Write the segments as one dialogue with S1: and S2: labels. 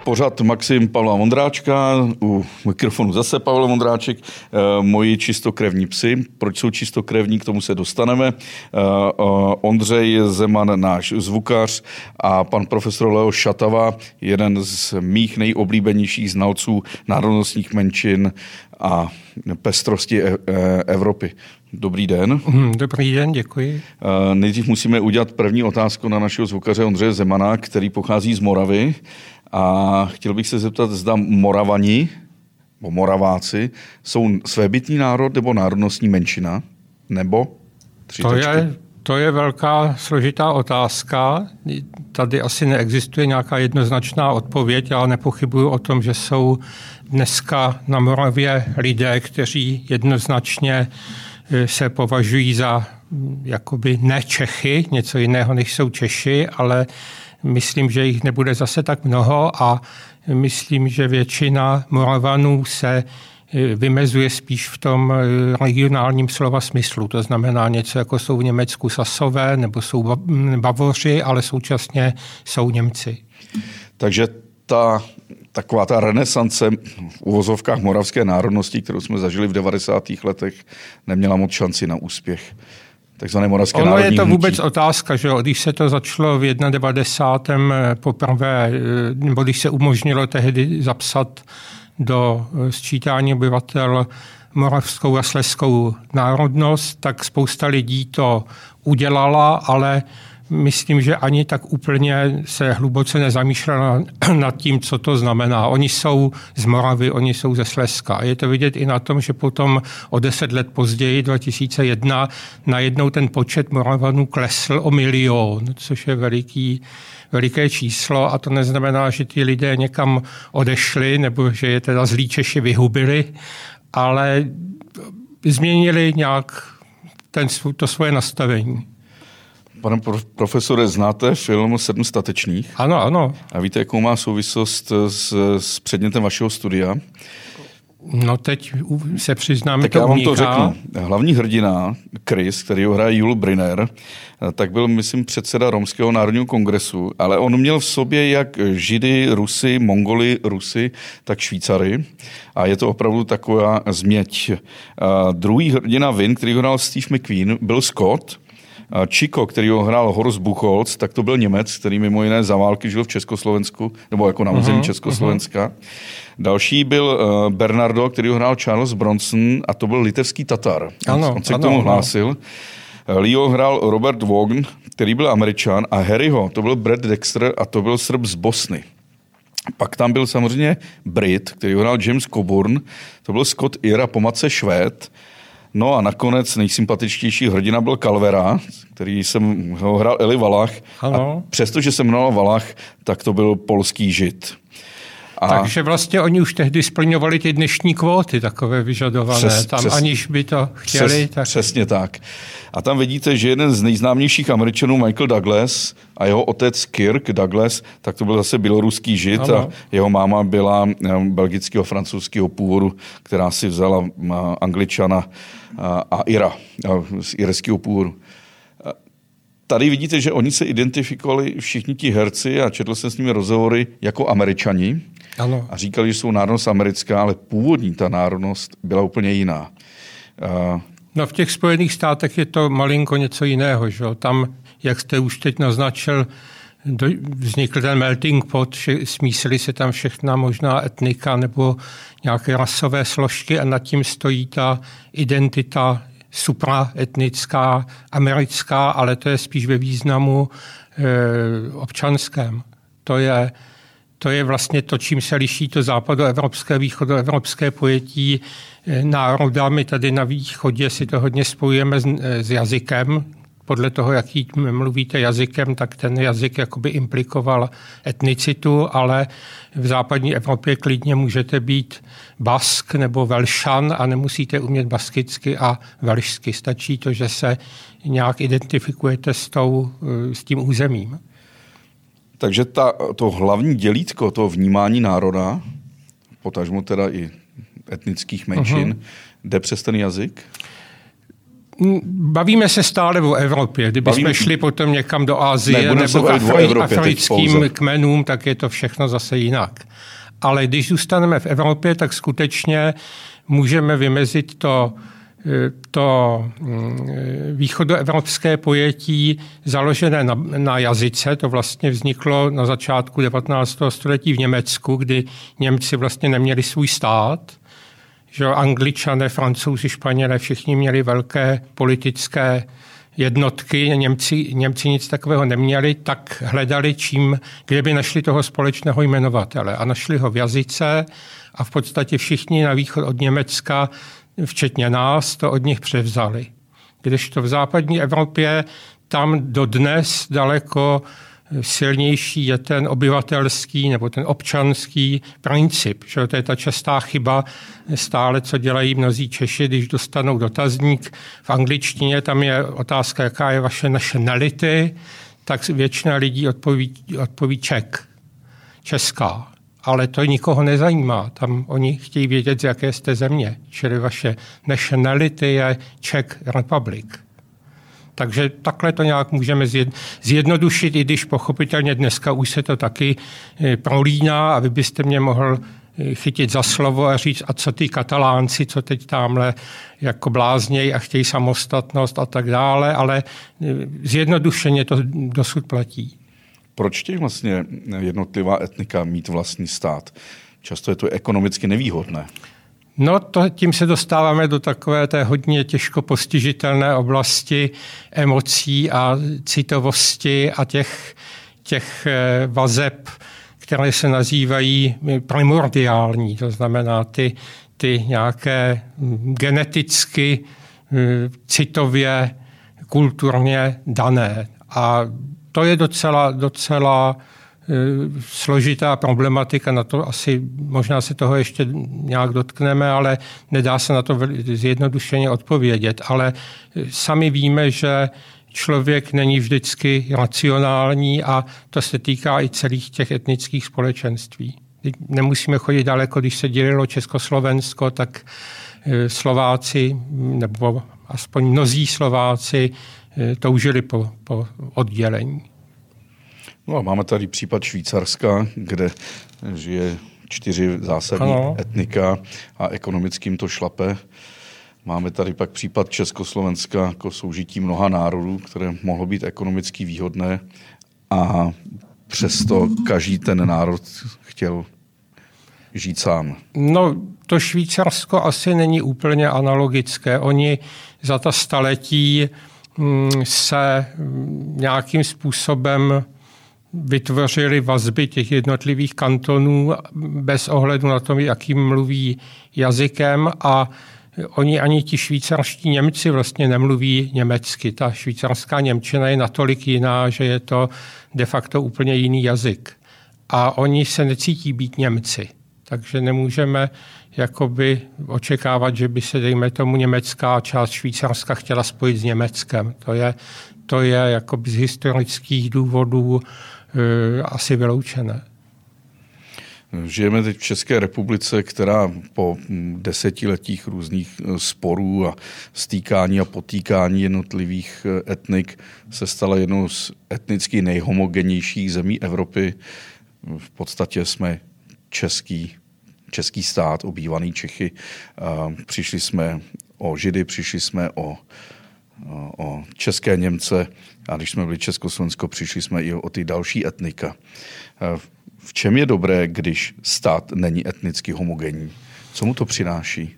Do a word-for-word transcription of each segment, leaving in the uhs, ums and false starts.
S1: Pořad Maxim Pavla Vondráčka, u mikrofonu zase Pavel Vondráček, moji čistokrevní psi. Proč jsou čistokrevní, k tomu se dostaneme. Ondřej Zeman, náš zvukař, a pan profesor Leo Šatava, jeden z mých nejoblíbenějších znalců národnostních menšin a pestrosti Evropy. Dobrý den.
S2: Dobrý den, děkuji.
S1: Nejdřív musíme udělat první otázku na našeho zvukaře Ondřeje Zemana, který pochází z Moravy. A chtěl bych se zeptat, zda Moravani, nebo Moraváci, jsou svébytný národ nebo národnostní menšina? Nebo tři
S2: to
S1: tečky?
S2: je, to je velká složitá otázka. Tady asi neexistuje nějaká jednoznačná odpověď, ale nepochybuju o tom, že jsou dneska na Moravě lidé, kteří jednoznačně se považují za jakoby ne Čechy, něco jiného než jsou Češi, ale myslím, že jich nebude zase tak mnoho a myslím, že většina Moravanů se vymezuje spíš v tom regionálním slova smyslu. To znamená něco, jako jsou v Německu Sasové nebo jsou Bavoři, ale současně jsou Němci.
S1: Takže ta taková ta renesance v uvozovkách moravské národnosti, kterou jsme zažili v devadesátých letech, neměla moc šanci na úspěch. Takzvané moravské
S2: ono
S1: národní
S2: je to
S1: hnutí.
S2: vůbec otázka, že když se to začalo v devadesátém prvním poprvé, nebo když se umožnilo tehdy zapsat do sčítání obyvatel moravskou a slezskou národnost, tak spousta lidí to udělala, ale myslím, že ani tak úplně se hluboce nezamýšlela nad tím, co to znamená. Oni jsou z Moravy, oni jsou ze Slezska. A je to vidět i na tom, že potom o deset let později, dva tisíce jedna, najednou ten počet Moravanů klesl o milion, což je veliký, veliké číslo. A to neznamená, že ty lidé někam odešli, nebo že je teda zlí Češi vyhubili, ale změnili nějak ten, to svoje nastavení.
S1: Pane profesore, znáte film Sedm statečných?
S2: Ano, ano.
S1: A víte, jakou má souvislost s, s předmětem vašeho studia?
S2: No teď se přiznáme,
S1: tak
S2: to
S1: já vám
S2: uniká.
S1: to řeknu. Hlavní hrdina, Chris, který ho hraje Yul Brynner, tak byl, myslím, předseda Romského národního kongresu, ale on měl v sobě jak Židy, Rusy, Mongoly, Rusy, tak Švýcary. A je to opravdu taková změť. A druhý hrdina Vin, který ho hrál Steve McQueen, byl Scott. Chico, který ho hrál Horst Buchholz, tak to byl Němec, který mimo jiné za války žil v Československu, nebo jako na území uh-huh, Československa. Uh-huh. Další byl uh, Bernardo, který ho hrál Charles Bronson, a to byl litevský Tatar.
S2: Ano,
S1: On se
S2: ano,
S1: k tomu
S2: ano.
S1: hlásil. Leo hrál Robert Vaughn, který byl Američan, a Harryho, to byl Brad Dexter, a to byl Srb z Bosny. Pak tam byl samozřejmě Brit, který ho hrál James Coburn, to byl Scott Ear a po matce Švéd. No a nakonec nejsympatičtější hrdina byl Calvera, který jsem ho hrál Eli Valach.
S2: Ano.
S1: A přestože se jmenoval Valach, tak to byl polský Žid. A
S2: Takže vlastně oni už tehdy splňovali ty dnešní kvóty takové vyžadované.
S1: Přes,
S2: tam
S1: přes,
S2: aniž by to chtěli.
S1: Přes,
S2: tak...
S1: Přesně tak. A tam vidíte, že jeden z nejznámějších Američanů, Michael Douglas, a jeho otec Kirk Douglas, tak to byl zase běloruský Žid, ano. A jeho máma byla belgického francouzského původu, která si vzala Angličana a Ira, z irského původu. Tady vidíte, že oni se identifikovali všichni ti herci, a četl jsem s nimi rozhovory, jako Američani.
S2: Ano.
S1: A říkali, že jsou národnost americká, ale původní ta národnost byla úplně jiná. Uh,
S2: no v těch Spojených státech je to malinko něco jiného. Že? Tam, jak jste už teď naznačil, do, vznikl ten melting pot, že smísily se tam všechna možná etnika nebo nějaké rasové složky a nad tím stojí ta identita supraetnická, americká, ale to je spíš ve významu e, občanském. To je, to je vlastně to, čím se liší to západoevropské, východoevropské pojetí e, národa. My tady na východě si to hodně spojujeme s, e, s jazykem. Podle toho, jaký mluvíte jazykem, tak ten jazyk jakoby implikoval etnicitu, ale v západní Evropě klidně můžete být Bask nebo Velšan a nemusíte umět baskicky a velšsky. Stačí to, že se nějak identifikujete s, tou, s tím územím.
S1: Takže ta, to hlavní dělítko toho vnímání národa, potažmo teda i etnických menšin, uh-huh. jde přes ten jazyk?
S2: Bavíme se stále o Evropě. Kdybychom Bavíme... šli potom někam do Asie
S1: ne,
S2: nebo k Afri- africkým kmenům, tak je to všechno zase jinak. Ale když zůstaneme v Evropě, tak skutečně můžeme vymezit to, to východoevropské pojetí založené na, na jazyce. To vlastně vzniklo na začátku devatenáctého století v Německu, kdy Němci vlastně neměli svůj stát. Že Angličané, Francouzi, Španělé, všichni měli velké politické jednotky, Němci, Němci nic takového neměli, tak hledali čím, kde by našli toho společného jmenovatele. A našli ho v jazyce a v podstatě všichni na východ od Německa, včetně nás, to od nich převzali. Kdežto v západní Evropě tam dodnes daleko silnější je ten obyvatelský nebo ten občanský princip. Že to je ta častá chyba stále, co dělají mnozí Češi, když dostanou dotazník v angličtině, tam je otázka, jaká je vaše nationality, tak většina lidí odpoví, odpoví Čech, česká. Ale to nikoho nezajímá. Tam oni chtějí vědět, z jaké jste země. Čili vaše nationality je Czech Republic. Takže takhle to nějak můžeme zjednodušit, i když pochopitelně dneska už se to taky prolíná a vy byste mě mohl chytit za slovo a říct, a co ty Katalánci, co teď tamhle jako blázněj a chtějí samostatnost a tak dále, ale zjednodušeně to dosud platí.
S1: Proč chtějí vlastně jednotlivá etnika mít vlastní stát? Často je to ekonomicky nevýhodné.
S2: No, to, tím se dostáváme do takové té hodně těžko postižitelné oblasti emocí a citovosti a těch, těch vazeb, které se nazývají primordiální, to znamená ty, ty nějaké geneticky, citově, kulturně dané. A to je docela, docela složitá problematika, na to asi možná se toho ještě nějak dotkneme, ale nedá se na to zjednodušeně odpovědět. Ale sami víme, že člověk není vždycky racionální a to se týká i celých těch etnických společenství. Nemusíme chodit daleko, když se dělilo Československo, tak Slováci, nebo aspoň mnozí Slováci toužili po, po oddělení.
S1: No a máme tady případ Švýcarska, kde žije čtyři zásadní ano. etnika a ekonomickým to šlape. Máme tady pak případ Československa jako soužití mnoha národů, které mohlo být ekonomicky výhodné a přesto každý ten národ chtěl žít sám.
S2: No, to Švýcarsko asi není úplně analogické. Oni za ta staletí se nějakým způsobem vytvořili vazby těch jednotlivých kantonů bez ohledu na to, jakým mluví jazykem a oni ani ti švýcarští Němci vlastně nemluví německy. Ta švýcarská němčina je natolik jiná, že je to de facto úplně jiný jazyk. A oni se necítí být Němci. Takže nemůžeme jakoby očekávat, že by se, dejme tomu, německá část Švýcarska chtěla spojit s Německem. To je, to je jakoby z historických důvodů e, asi vyloučené.
S1: Žijeme teď v České republice, která po desetiletích různých sporů a stýkání a potýkání jednotlivých etnik se stala jednou z etnicky nejhomogennějších zemí Evropy. V podstatě jsme český, český stát, obývaný Čechy. Přišli jsme o Židy, přišli jsme o, o české Němce a když jsme byli Československo, přišli jsme i o ty další etnika. V čem je dobré, když stát není etnicky homogenní? Co mu to přináší?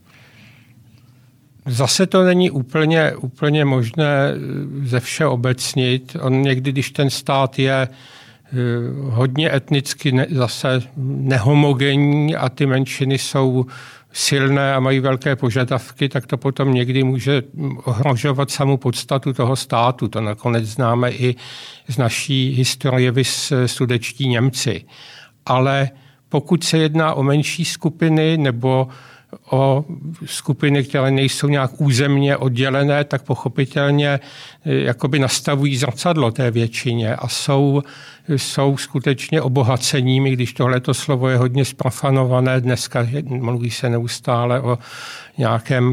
S2: Zase to není úplně, úplně možné ze všeobecnit. On někdy, když ten stát je hodně etnicky ne, zase nehomogenní a ty menšiny jsou silné a mají velké požadavky, tak to potom někdy může ohrožovat samou podstatu toho státu. To nakonec známe i z naší historie vys sudetští Němci. Ale pokud se jedná o menší skupiny nebo o skupiny, které nejsou nějak územně oddělené, tak pochopitelně jakoby nastavují zrcadlo té většině a jsou, jsou skutečně obohacením, i když tohleto slovo je hodně zprofanované. Dneska mluví se neustále o nějakém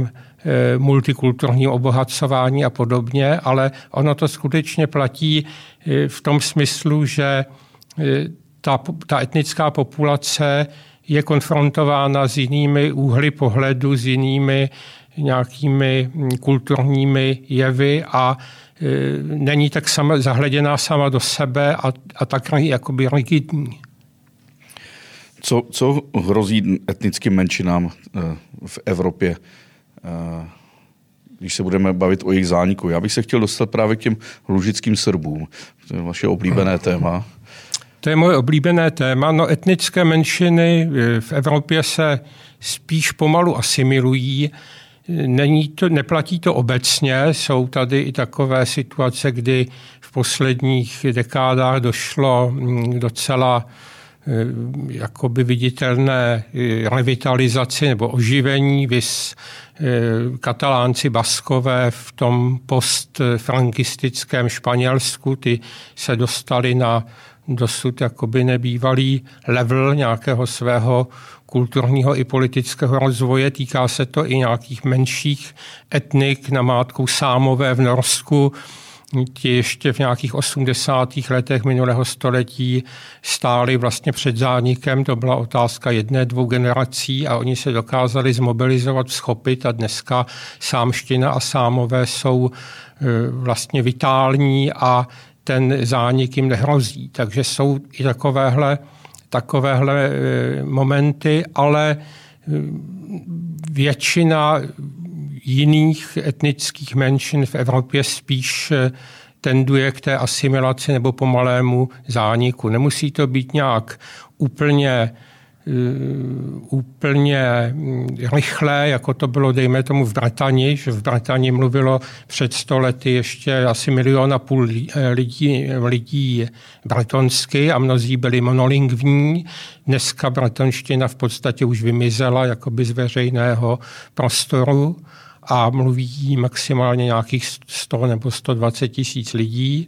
S2: multikulturním obohacování a podobně, ale ono to skutečně platí v tom smyslu, že ta, ta etnická populace je konfrontována s jinými úhly pohledu, s jinými nějakými kulturními jevy a e, není tak sama, zahleděná sama do sebe a, a tak jakoby rigidní.
S1: Co, co hrozí etnickým menšinám v Evropě, když se budeme bavit o jejich zániku? Já bych se chtěl dostat právě k těm lužickým Srbům. To je vaše oblíbené téma.
S2: To je moje oblíbené téma. No, etnické menšiny v Evropě se spíš pomalu asimilují. Není to, neplatí to obecně. Jsou tady i takové situace, kdy v posledních dekádách došlo k docela jakoby viditelné revitalizaci nebo oživení, vis Katalánci, Baskové v tom postfrankistickém Španělsku, ty se dostali na dosud jakoby nebývalý level nějakého svého kulturního i politického rozvoje. Týká se to i nějakých menších etnik, namátkou Sámové v Norsku. Ti ještě v nějakých osmdesátých letech minulého století stáli vlastně před zánikem. To byla otázka jedné, dvou generací a oni se dokázali zmobilizovat, schopit a dneska sámština a Sámové jsou vlastně vitální a ten zánik jim nehrozí. Takže jsou i takovéhle, takovéhle momenty, ale většina jiných etnických menšin v Evropě spíš tenduje k té asimilaci nebo pomalému zániku. Nemusí to být nějak úplně, úplně rychlé, jako to bylo, dejme tomu, v Británii, že v Británii mluvilo před sto lety ještě asi milion a půl lidí, lidí bretonsky a mnozí byli monolingvní. Dneska bretonština v podstatě už vymizela jakoby z veřejného prostoru a mluví maximálně nějakých sto nebo sto dvacet tisíc lidí.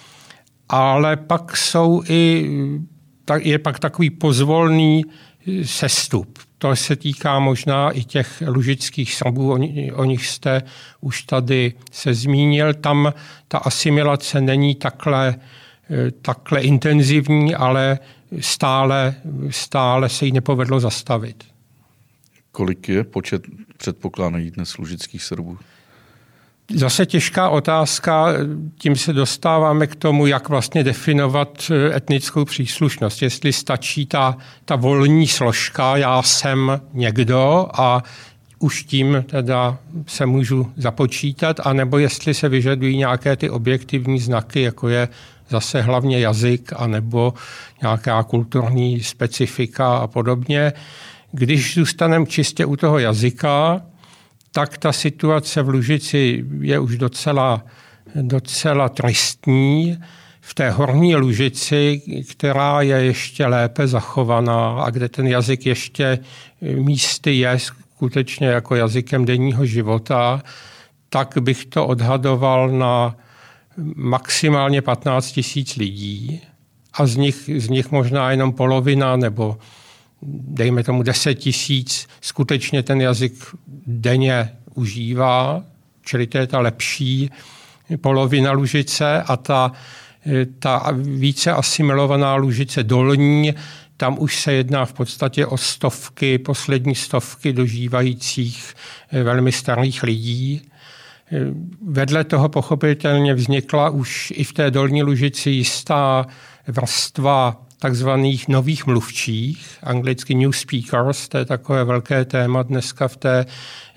S2: Ale pak jsou i, je pak takový pozvolný sestup. To se týká možná i těch lužických Srbů, o, o nich jste už tady se zmínil. Tam ta asimilace není takhle, takhle intenzivní, ale stále, stále se jí nepovedlo zastavit.
S1: Kolik je počet předpokládaných dnes lužických Srbů?
S2: Zase těžká otázka, tím se dostáváme k tomu, jak vlastně definovat etnickou příslušnost. Jestli stačí ta, ta volní složka, já jsem někdo a už tím teda se můžu započítat, anebo jestli se vyžadují nějaké ty objektivní znaky, jako je zase hlavně jazyk, anebo nějaká kulturní specifika a podobně. Když zůstaneme čistě u toho jazyka, tak ta situace v Lužici je už docela, docela tristní. V té horní Lužici, která je ještě lépe zachovaná a kde ten jazyk ještě místy je skutečně jako jazykem denního života, tak bych to odhadoval na maximálně patnáct tisíc lidí a z nich, z nich možná jenom polovina nebo dejme tomu deset tisíc skutečně ten jazyk denně užívá, čili to je ta lepší polovina Lužice a ta, ta více asimilovaná Lužice dolní, tam už se jedná v podstatě o stovky, poslední stovky dožívajících velmi starých lidí. Vedle toho pochopitelně vznikla už i v té dolní Lužici jistá vrstva takzvaných nových mluvčích, anglicky new speakers, to je takové velké téma dneska v té,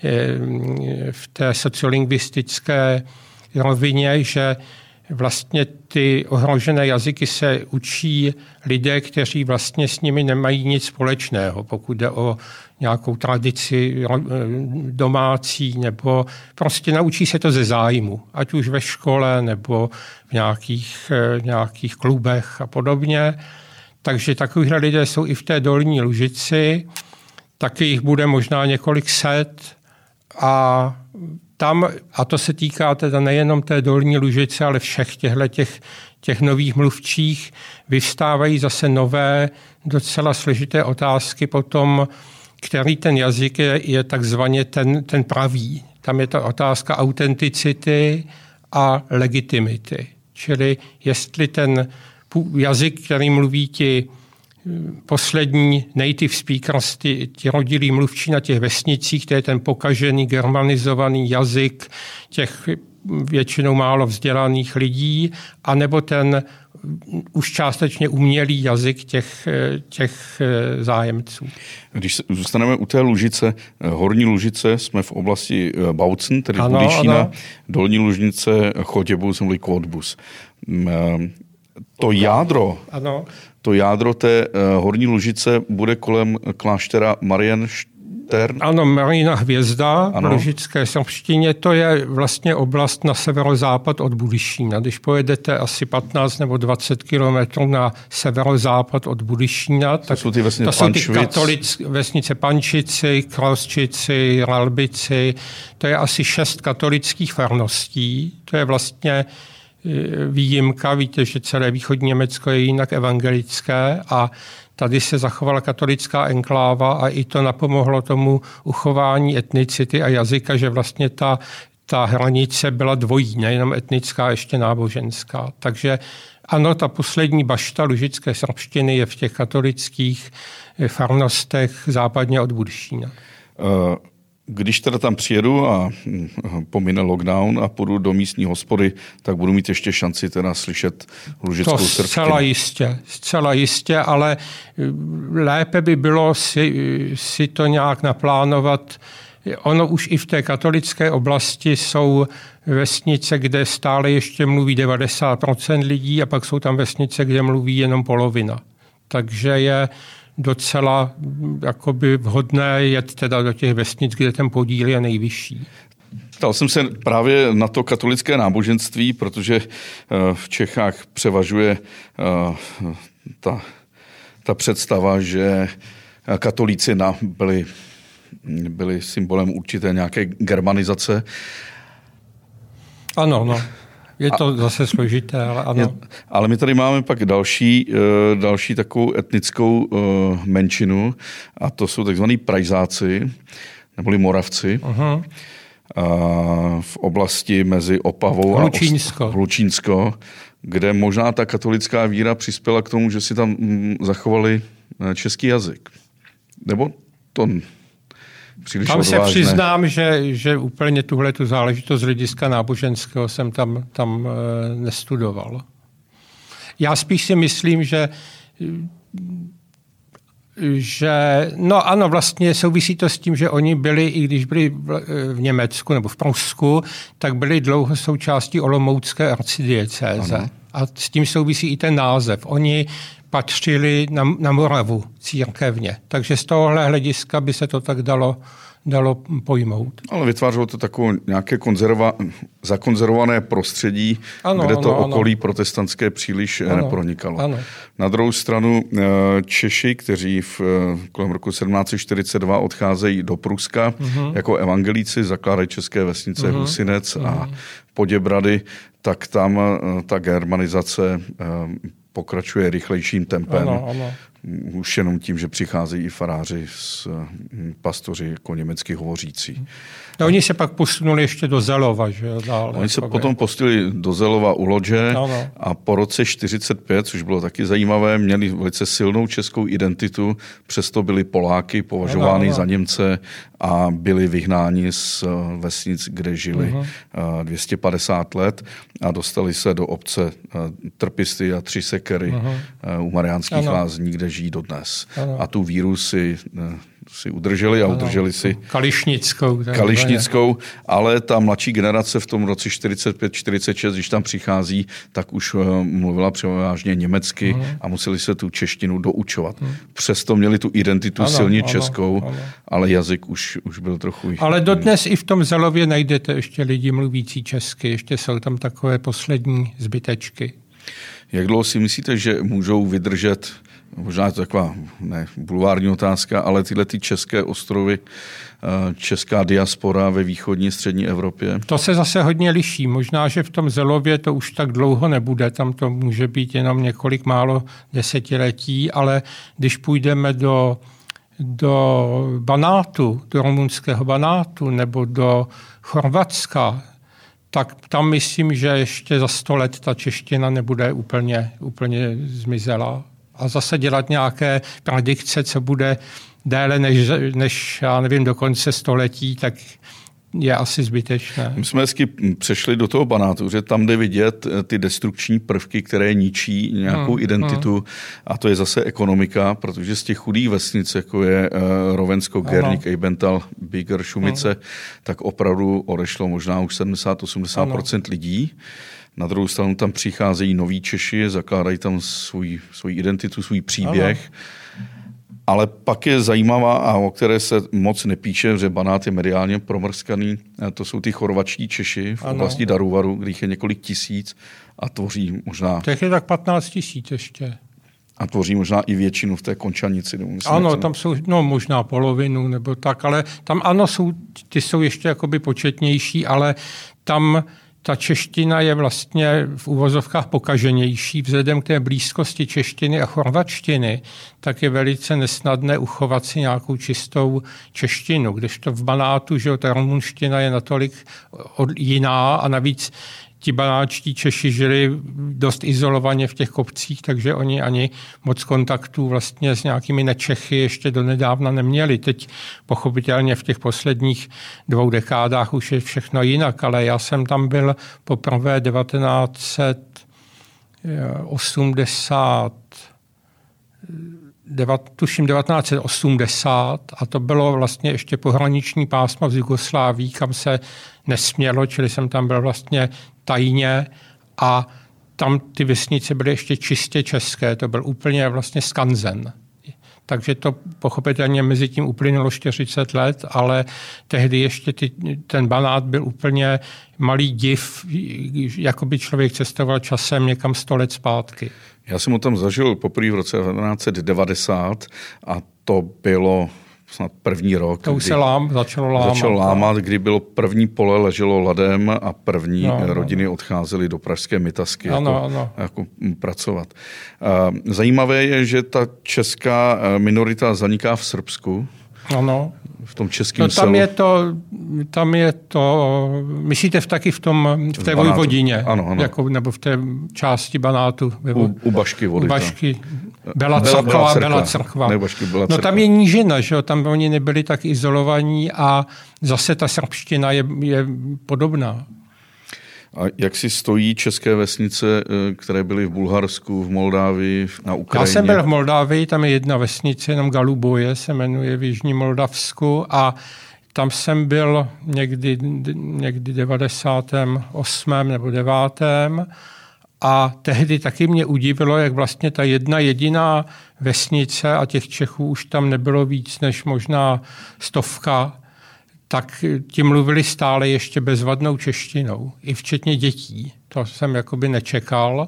S2: v té sociolingvistické rovině, že vlastně ty ohrožené jazyky se učí lidé, kteří vlastně s nimi nemají nic společného, pokud jde o nějakou tradici domácí, nebo prostě naučí se to ze zájmu, ať už ve škole, nebo v nějakých, nějakých klubech a podobně. Takže takovýhle lidé jsou i v té dolní Lužici, taky jich bude možná několik set a tam, a to se týká teda nejenom té dolní Lužice, ale všech těchto těch, těch nových mluvčích, vyvstávají zase nové, docela složité otázky potom, který ten jazyk je, je takzvaně ten, ten pravý. Tam je to otázka autenticity a legitimity. Čili jestli ten jazyk, který mluví ti poslední native speakers, ti, ti rodilí mluvčí na těch vesnicích, to je ten pokažený germanizovaný jazyk těch většinou málo vzdělaných lidí, anebo ten už částečně umělý jazyk těch, těch zájemců.
S1: Když zůstaneme u té Lužice, Horní Lužice, jsme v oblasti Bautzen, tedy Budyšína, Dolní Lužnice, Chotěbus, nebo Kotbus. To jádro,
S2: ano.
S1: to jádro té Horní Lužice bude kolem kláštera Marienštern.
S2: Ano, Marijina hvězda ano. v lužické srbštině, to je vlastně oblast na severozápad od Budyšína. Když pojedete asi patnáct nebo dvacet kilometrů na severozápad od Budyšína, tak
S1: to jsou ty vesnice,
S2: to jsou ty katolické vesnice Pančici, Krosčici, Ralbici. To je asi šest katolických farností. To je vlastně výjimka. Víte, že celé východní Německo je jinak evangelické a tady se zachovala katolická enkláva a i to napomohlo tomu uchování etnicity a jazyka, že vlastně ta, ta hranice byla dvojí, nejenom etnická, ještě náboženská. Takže ano, ta poslední bašta lužické srbštiny je v těch katolických farnostech západně od Budyšína. Uh.
S1: Když teda tam přijedu a pomine lockdown a půjdu do místní hospody, tak budu mít ještě šanci teda slyšet lužickou srbštinu.
S2: To zcela jistě, zcela jistě, ale lépe by bylo si, si to nějak naplánovat. Ono už i v té katolické oblasti jsou vesnice, kde stále ještě mluví devadesát procent lidí a pak jsou tam vesnice, kde mluví jenom polovina. Takže je docela jakoby vhodné jet teda do těch vesnic, kde ten podíl je nejvyšší.
S1: Ptal jsem se právě na to katolické náboženství, protože v Čechách převažuje ta, ta představa, že katolíci byli, byli symbolem určité nějaké germanizace.
S2: Ano, no. Je to a, zase složité, ale ano. Je,
S1: ale my tady máme pak další, další takovou etnickou menšinu a to jsou takzvaný Prajzáci, neboli Moravci. Uh-huh. V oblasti mezi Opavou
S2: Hlučínsko.
S1: a Ost- Hlučínsko, kde možná ta katolická víra přispěla k tomu, že si tam zachovali český jazyk. Nebo to...
S2: Tam se odvážné. Přiznám, že, že úplně tuhle tu záležitost z hlediska náboženského jsem tam, tam e, nestudoval. Já spíš si myslím, že, že no ano, vlastně souvisí to s tím, že oni byli, i když byli v, v Německu nebo v Prusku, tak byli dlouho součástí olomoucké arcidiecéze. Ano. A s tím souvisí i ten název. Oni patřili na, na Moravu církevně. Takže z tohohle hlediska by se to tak dalo, dalo pojmout.
S1: Ale vytvářelo to takové nějaké konzerva, zakonzervované prostředí, ano, kde to ano, okolí ano. protestantské příliš ano, nepronikalo. Ano. Na druhou stranu Češi, kteří v kolem roku sedmnáct set čtyřicet dva odcházejí do Pruska uh-huh. jako evangelíci, zakládají české vesnice uh-huh. Husinec uh-huh. a Poděbrady, tak tam ta germanizace pokračuje rychlejším tempem.
S2: Ano, ano.
S1: Už jenom tím, že přicházejí i faráři z pastoři jako německy hovořící.
S2: No, oni se pak posunuli ještě do Zelova, že jo? Dále,
S1: oni se potom postili do Zelova u Lodže ano. a po roce čtyřicet pět, což bylo taky zajímavé, měli velice silnou českou identitu, přesto byli Poláky považováni ano, ano. za Němce a byli vyhnáni z vesnic, kde žili uh-huh. dvě stě padesát let a dostali se do obce Trpisty a Tři Sekery uh-huh. u Mariánských lázní, kde žijí dodnes. Ano. A tu víru si, si udrželi a ano. udrželi si
S2: Kališnickou.
S1: Kališnickou, ale ta mladší generace v tom roce čtyřicet pět čtyřicet šest, když tam přichází, tak už mluvila převážně německy ano. a museli se tu češtinu doučovat. Ano. Přesto měli tu identitu ano, silně ano, českou, ano. ale jazyk už, už byl trochu...
S2: Ale dodnes i v tom Zelově najdete ještě lidi mluvící česky, ještě jsou tam takové poslední zbytečky.
S1: Jak dlouho si myslíte, že můžou vydržet, možná je to taková ne, bulvární otázka, ale tyhle ty české ostrovy, česká diaspora ve východní střední Evropě?
S2: To se zase hodně liší. Možná, že v tom Zelově to už tak dlouho nebude, tam to může být jenom několik málo desetiletí, ale když půjdeme do, do Banátu, do rumunského Banátu nebo do Chorvatska, tak tam myslím, že ještě za sto let ta čeština nebude úplně, úplně zmizelá. A zase dělat nějaké predikce, co bude déle než, než já nevím, do konce století, tak je asi zbytečné.
S1: My jsme hezky přešli do toho Banátu, že tam jde vidět ty destrukční prvky, které ničí nějakou hmm, identitu hmm. a to je zase ekonomika, protože z těch chudých vesnic, jako je uh, Rovensko, Gerník, Eibental, Bíger, Šumice, hmm. tak opravdu odešlo možná už sedmdesát až osmdesát procent lidí. Na druhou stranu tam přicházejí noví Češi, zakládají tam svůj, svůj identitu, svůj příběh. Ano. Ale pak je zajímavá a o které se moc nepíše, že Banát je mediálně promrskaný. To jsou ty chorvačtí Češi v oblasti Daruvaru, kde jich je několik tisíc a tvoří možná...
S2: Těch je tak patnáct tisíc ještě.
S1: A tvoří možná i většinu v té Končanici. Myslím,
S2: ano, tam jsou no, možná polovinu nebo tak, ale tam ano, jsou, ty jsou ještě jakoby početnější, ale tam... Ta čeština je vlastně v uvozovkách pokaženější. Vzhledem k té blízkosti češtiny a chorvačtiny, tak je velice nesnadné uchovat si nějakou čistou češtinu. Kdežto v Banátu, že ta rumunština je natolik jiná a navíc ti banáčtí Češi žili dost izolovaně v těch kopcích, takže oni ani moc kontaktů vlastně s nějakými nečechy ještě donedávna neměli. Teď pochopitelně v těch posledních dvou dekádách už je všechno jinak, ale já jsem tam byl poprvé devatenáct set osmdesát, tuším devatenáct set osmdesát a to bylo vlastně ještě pohraniční pásmo z Jugosláví, kam se nesmělo, čili jsem tam byl vlastně tajně a tam ty vesnice byly ještě čistě české, to byl úplně vlastně skanzen. Takže to pochopitelně mezi tím uplynulo čtyřicet let, ale tehdy ještě ty, ten Banát byl úplně malý div, jako by člověk cestoval časem někam sto let zpátky.
S1: Já jsem ho tam zažil poprvé v roce devatenáct set devadesát a to bylo snad první rok.
S2: To už se lám, začalo lámat.
S1: Začalo lámat, kdy bylo první pole leželo ladem a první no, rodiny no. odcházely do pražské Mytasky
S2: ano,
S1: jako,
S2: ano.
S1: jako pracovat. Zajímavé je, že ta česká minorita zaniká v Srbsku.
S2: Ano.
S1: V tom českém
S2: no, tam
S1: selu.
S2: Je to, tam je to, myslíte v taky v tom, v té Vojvodině,
S1: ano, ano.
S2: Jako, nebo v té části Banátu.
S1: U, u Bašky vody.
S2: U Bašky. Byla Crkva, byla Crkva.
S1: Ne, Bašky, byla
S2: no tam je nížina, že jo, tam oni nebyli tak izolovaní a zase ta srbština je, je podobná.
S1: A jak si stojí české vesnice, které byly v Bulharsku, v Moldávii, na Ukrajině?
S2: Já jsem byl v Moldávii, tam je jedna vesnice, jenom Galuboje se jmenuje v Jižním Moldavsku a tam jsem byl někdy, někdy devadesátém osmém nebo devátém a tehdy taky mě udivilo, jak vlastně ta jedna jediná vesnice a těch Čechů už tam nebylo víc než možná stovka, tak ti mluvili stále ještě bezvadnou češtinou, i včetně dětí. To jsem jakoby nečekal,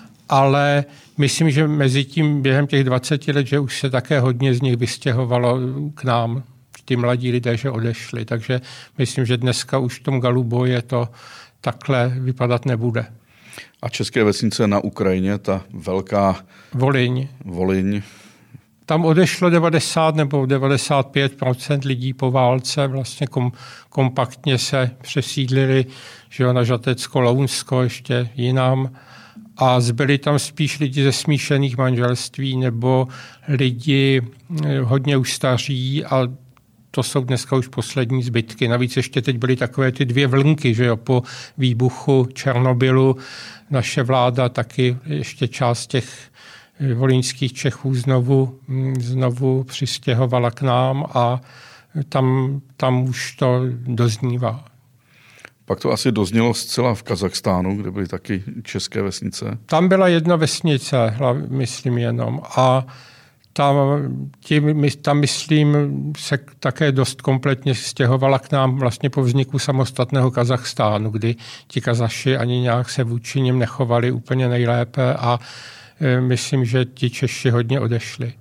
S2: ale myslím, že mezi tím během těch dvaceti let, že už se také hodně z nich vystěhovalo k nám, ty mladí lidé, že odešli. Takže myslím, že dneska už v tom Galuboje to takhle vypadat nebude.
S1: A české vesnice na Ukrajině, ta velká...
S2: Volyň.
S1: Volyň.
S2: Tam odešlo devadesát nebo devadesát pět procent lidí po válce, vlastně kom, kompaktně se přesídlili, že jo, na Žatecko, Lounsko, ještě jinam. A zbyli tam spíš lidi ze smíšených manželství nebo lidi hodně už staří a to jsou dneska už poslední zbytky. Navíc ještě teď byly takové ty dvě vlnky, že jo, po výbuchu Černobylu naše vláda taky ještě část těch volyňských Čechů znovu, znovu přistěhovala k nám a tam, tam už to doznívá.
S1: Pak to asi doznělo zcela v Kazachstánu, kde byly taky české vesnice.
S2: Tam byla jedna vesnice, myslím jenom. A tam, tím, tam, myslím, se také dost kompletně stěhovala k nám vlastně po vzniku samostatného Kazachstánu, kdy ti Kazaši ani nějak se vůči nim nechovali úplně nejlépe a myslím, že ti Češi hodně odešli.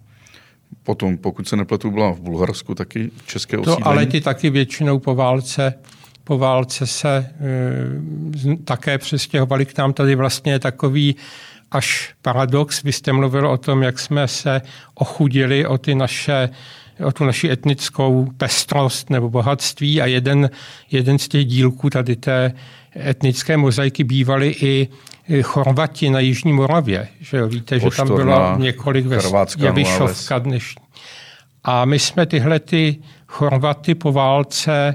S1: Potom, pokud se nepletu, byla v Bulharsku taky české osídlení.
S2: To, ale ti taky většinou po válce, po válce se e, také přestěhovali k nám. Tady vlastně je takový až paradox. Vy jste mluvil o tom, jak jsme se ochudili o ty naše o tu naši etnickou pestrost nebo bohatství a jeden, jeden z těch dílků tady té etnické mozaiky bývaly i Chorvati na Jižní Moravě. Že jo? Víte, že tam bylo několik Jevišovka dnešní. A my jsme tyhle ty Chorvaty po válce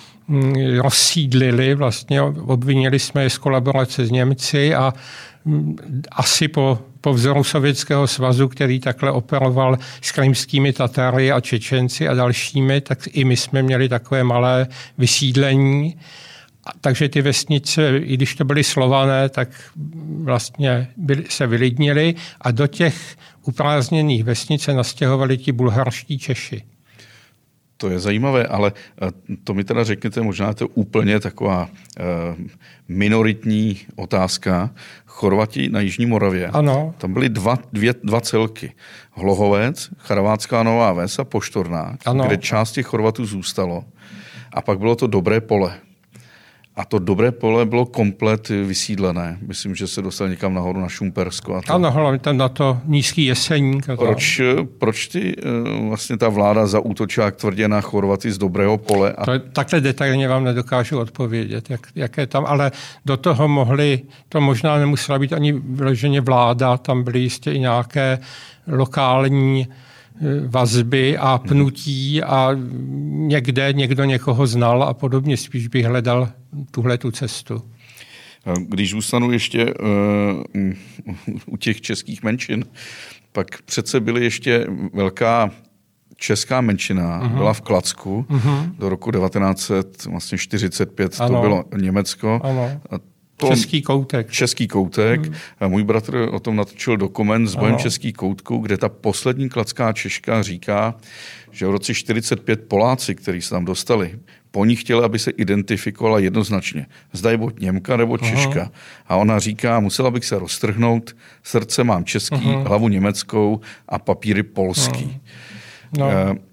S2: rozsídlili, vlastně obvinili jsme je z kolaborace s Němci a asi po, po vzoru Sovětského svazu, který takhle operoval s krymskými Tatary a Čečenci a dalšími, tak i my jsme měli takové malé vysídlení. A takže ty vesnice, i když to byly Slované, tak vlastně byly, se vylidnili a do těch uprázdněných vesnic se nastěhovali ti bulharští Češi.
S1: To je zajímavé, ale to mi teda řekněte, možná to je úplně taková uh, minoritní otázka. Chorvati na Jižní Moravě.
S2: Ano.
S1: Tam byly dva, dvě, dva celky. Hlohovec, Chravácká Nová Ves a Poštorná, ano. Kde část těch Chorvatů zůstalo. A pak bylo to Dobré Pole. A to Dobré Pole bylo komplet vysídlené. Myslím, že se dostal někam nahoru na Šumpersko. A to...
S2: Ano, hlavně tam na to nízký Jeseník.
S1: Proč, proč ty, vlastně ta vláda zaútočila, jak tvrdě, na Chorvaty z Dobrého Pole? A...
S2: To, takhle detailně vám nedokážu odpovědět, jak, jaké tam, ale do toho mohly, to možná nemusela být ani vyloženě vláda, tam byly jistě i nějaké lokální vazby a pnutí a někde někdo někoho znal a podobně. Spíš bych hledal tuhletu cestu.
S1: Když zůstanu ještě uh, u těch českých menšin, pak přece byly ještě velká česká menšina, uh-huh. byla v Kladsku uh-huh. do roku devatenáct čtyřicet pět, ano. To bylo Německo.
S2: Ano. To Český koutek.
S1: Český koutek. Hmm. A můj bratr o tom natočil dokument s bojem Český koutku, kde ta poslední kladská Češka říká, že v roce čtyřicet pět Poláci, kteří se tam dostali, po ní chtěli, aby se identifikovala jednoznačně. Zda je buď Němka nebo Češka. Aha. A ona říká, musela bych se roztrhnout, srdce mám český, Aha. hlavu německou a papíry polský. No.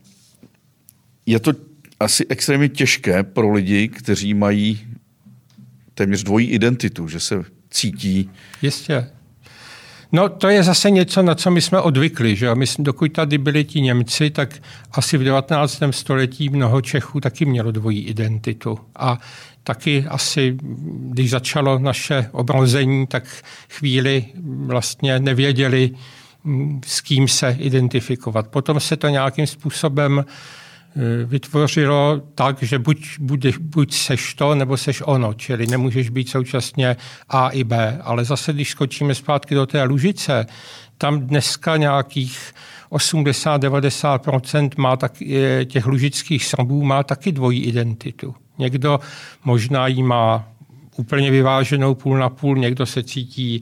S1: Je to asi extrémně těžké pro lidi, kteří mají téměř dvojí identitu, že se cítí.
S2: Jistě. No to je zase něco, na co my jsme odvykli. Že? My, dokud tady byli ti Němci, tak asi v devatenáctém století mnoho Čechů taky mělo dvojí identitu. A taky asi, když začalo naše obrození, tak chvíli vlastně nevěděli, s kým se identifikovat. Potom se to nějakým způsobem vytvořilo tak, že buď, buď, buď seš to, nebo seš ono, čili nemůžeš být současně A i B. Ale zase, když skočíme zpátky do té Lužice, tam dneska nějakých osmdesát až devadesát procent má tak, těch lužických Srbů má taky dvojí identitu. Někdo možná ji má úplně vyváženou půl na půl, někdo se cítí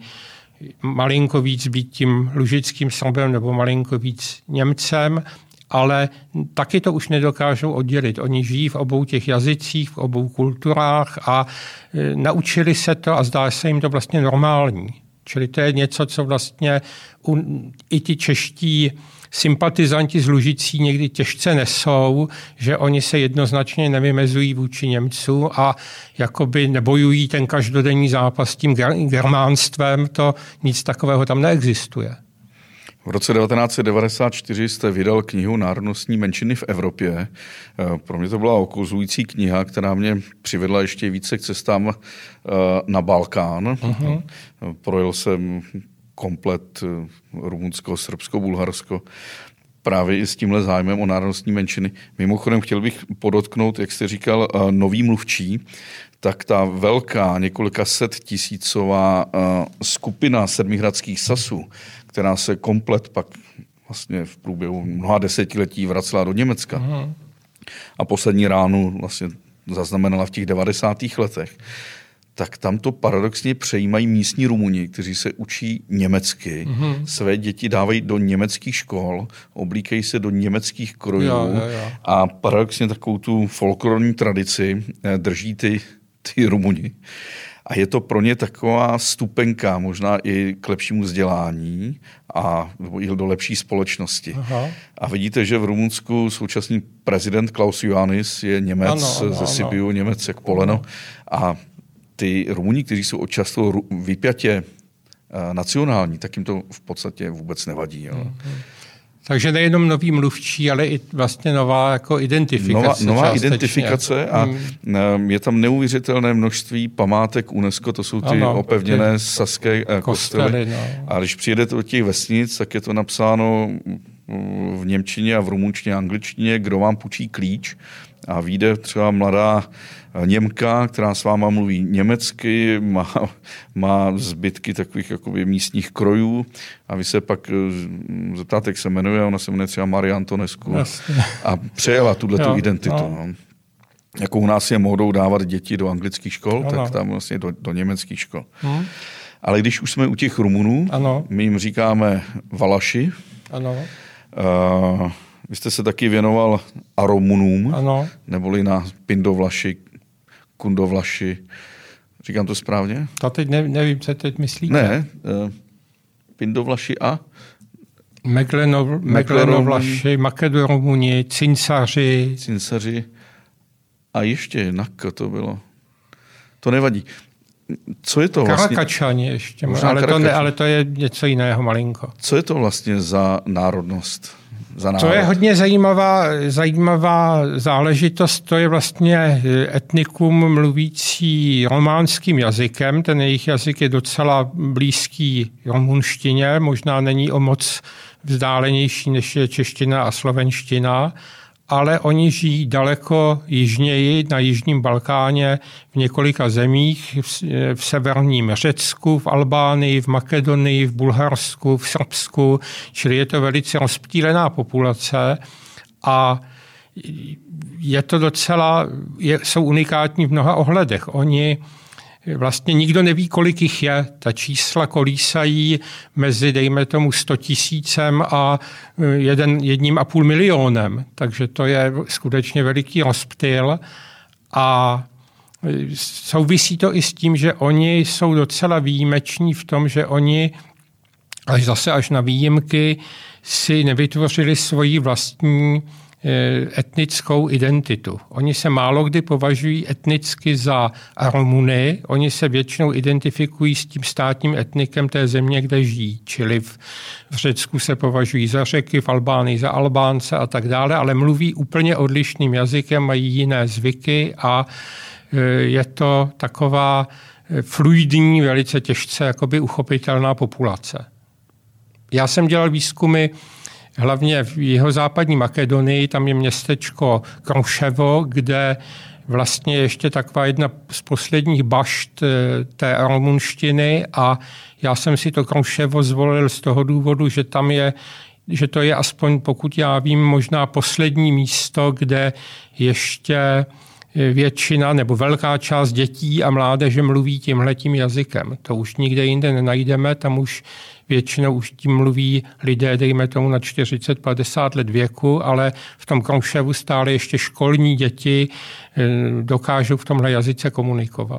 S2: malinko víc být tím lužickým Srbem nebo malinko víc Němcem, ale taky to už nedokážou oddělit. Oni žijí v obou těch jazycích, v obou kulturách a e, naučili se to a zdá se jim to vlastně normální. Čili to je něco, co vlastně u, i ti čeští sympatizanti z Lužicí někdy těžce nesou, že oni se jednoznačně nevymezují vůči Němcům a jakoby nebojují ten každodenní zápas s tím germánstvem, to nic takového tam neexistuje.
S1: V roce devatenáct devadesát čtyři jste vydal knihu Národnostní menšiny v Evropě. Pro mě to byla okouzlující kniha, která mě přivedla ještě více k cestám na Balkán. Uh-huh. Projel jsem komplet Rumunsko, Srbsko, Bulharsko právě i s tímhle zájmem o národnostní menšiny. Mimochodem chtěl bych podotknout, jak jste říkal, nový mluvčí, tak ta velká, několika set tisícová skupina sedmihradských Sasů, která se komplet pak vlastně v průběhu mnoha desetiletí vracela do Německa. Aha. A poslední ránu vlastně zaznamenala v těch devadesátých letech, tak tam to paradoxně přejímají místní Rumuni, kteří se učí německy. Aha. Své děti dávají do německých škol, oblíkají se do německých krojů jo, jo, jo. a paradoxně takovou tu folklorní tradici drží ty, ty Rumuni. A je to pro ně taková stupenka, možná i k lepšímu vzdělání a i do lepší společnosti. Aha. A vidíte, že v Rumunsku současný prezident Klaus Iohannis je Němec ano, ano, ze Sibiu, Němec jak poleno. A ty Rumuni, kteří jsou často vypjatě nacionální, tak jim to v podstatě vůbec nevadí. Jo.
S2: Takže nejenom nový mluvčí, ale i vlastně nová jako identifikace.
S1: Nová, nová identifikace a hmm. je tam neuvěřitelné množství památek UNESCO, to jsou ty ano, opevněné ty saské kostely. kostely no. A když přijedete od těch vesnic, tak je to napsáno v němčině a v rumunštině a angličtině, kdo vám půjčí klíč a vyjde třeba mladá Němka, která s váma mluví německy, má, má zbytky takových jakoby místních krojů a vy se pak zeptáte, jak se jmenuje, ona se jmenuje třeba Marie Antonescu Jasně. a přejela tuhletu identitu. No. No. Jako u nás je módou dávat děti do anglických škol, ano. tak tam vlastně do, do německých škol. Hmm. Ale když už jsme u těch Rumunů, ano. my jim říkáme Valaši. Ano. Uh, vy jste se taky věnoval Aromunům, ano. neboli na Pindovlaši, Kundovlaši. Říkám to správně?
S2: To teď ne, nevím, co teď myslíte.
S1: Ne, uh, Pindovlaši a?
S2: Meglenov, Meglenovlaši, Makedorumuni, Cinsaři.
S1: Cinsaři. A ještě Naka to bylo. To nevadí. Co je to vlastně?
S2: Karakačani ještě, ale to, ne, ale to je něco jiného malinko.
S1: Co je to vlastně za národnost? Za národ?
S2: To je hodně zajímavá, zajímavá záležitost. To je vlastně etnikum mluvící románským jazykem. Ten jejich jazyk je docela blízký rumunštině, možná není o moc vzdálenější, než je čeština a slovenština, ale oni žijí daleko jižněji, na jižním Balkáně, v několika zemích, v severním Řecku, v Albánii, v Makedonii, v Bulharsku, v Srbsku, čili je to velice rozptýlená populace a je to docela, je, jsou unikátní v mnoha ohledech. Oni vlastně nikdo neví, kolik jich je. Ta čísla kolísají mezi, dejme tomu, sto tisícem a jeden, jedním a půl milionem. Takže to je skutečně veliký rozptyl. A souvisí to i s tím, že oni jsou docela výjimeční v tom, že oni až zase až na výjimky si nevytvořili svoji vlastní etnickou identitu. Oni se málo kdy považují etnicky za Rumuny, oni se většinou identifikují s tím státním etnikem té země, kde žijí. Čili v, v Řecku se považují za Řeky, v Albánii za Albánce a tak dále, ale mluví úplně odlišným jazykem, mají jiné zvyky a je to taková fluidní, velice těžce jakoby uchopitelná populace. Já jsem dělal výzkumy hlavně v jihozápadní Makedonii, tam je městečko Kruševo, kde vlastně ještě taková jedna z posledních bašt té rumunštiny a já jsem si to Kruševo zvolil z toho důvodu, že tam je, že to je aspoň, pokud já vím, možná poslední místo, kde ještě většina nebo velká část dětí a mládeže mluví tímhletím jazykem. To už nikde jinde nenajdeme, tam už většinou už tím mluví lidé, dejme tomu na čtyřicet padesát let věku, ale v tom Kruševu stále ještě školní děti dokážou v tomhle jazyce komunikovat.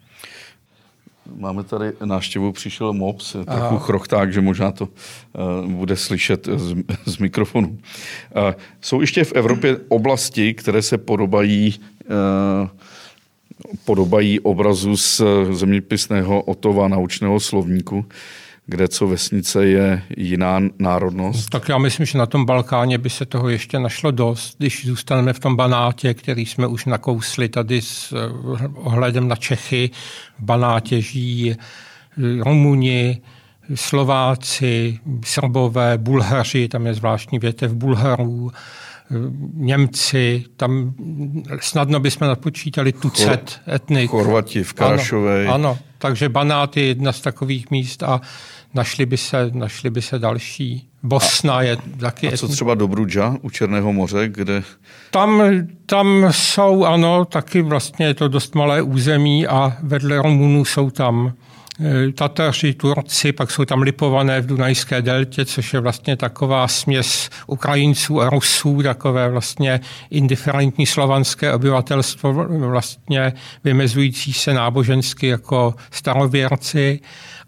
S1: Máme tady návštěvu, přišel mops, trochu chrochták, že možná to uh, bude slyšet z, z mikrofonu. Uh, jsou ještě v Evropě oblasti, které se podobají, uh, podobají obrazu z zeměpisného Ottova naučného slovníku, kde co vesnice je jiná národnost?
S2: Tak já myslím, že na tom Balkáně by se toho ještě našlo dost, když zůstaneme v tom Banátě, který jsme už nakousli tady s ohledem na Čechy. V Banátě žijí Rumuni, Slováci, Srbové, Bulhaři, tam je zvláštní větev Bulharů, Němci, tam snadno bychom napočítali tucet etnik.
S1: Chorvati v Karašové.
S2: Ano, ano, takže Banát je jedna z takových míst a našli by se, našli by se další. Bosna a, je taky...
S1: A co třeba Dobrudža u Černého moře, kde...
S2: Tam, tam jsou, ano, taky vlastně je to dost malé území a vedle Rumunů jsou tam Tataři, Turci, pak jsou tam Lipované v Dunajské deltě, což je vlastně taková směs Ukrajinců a Rusů, takové vlastně indiferentní slovanské obyvatelstvo, vlastně vymezující se nábožensky jako starověrci.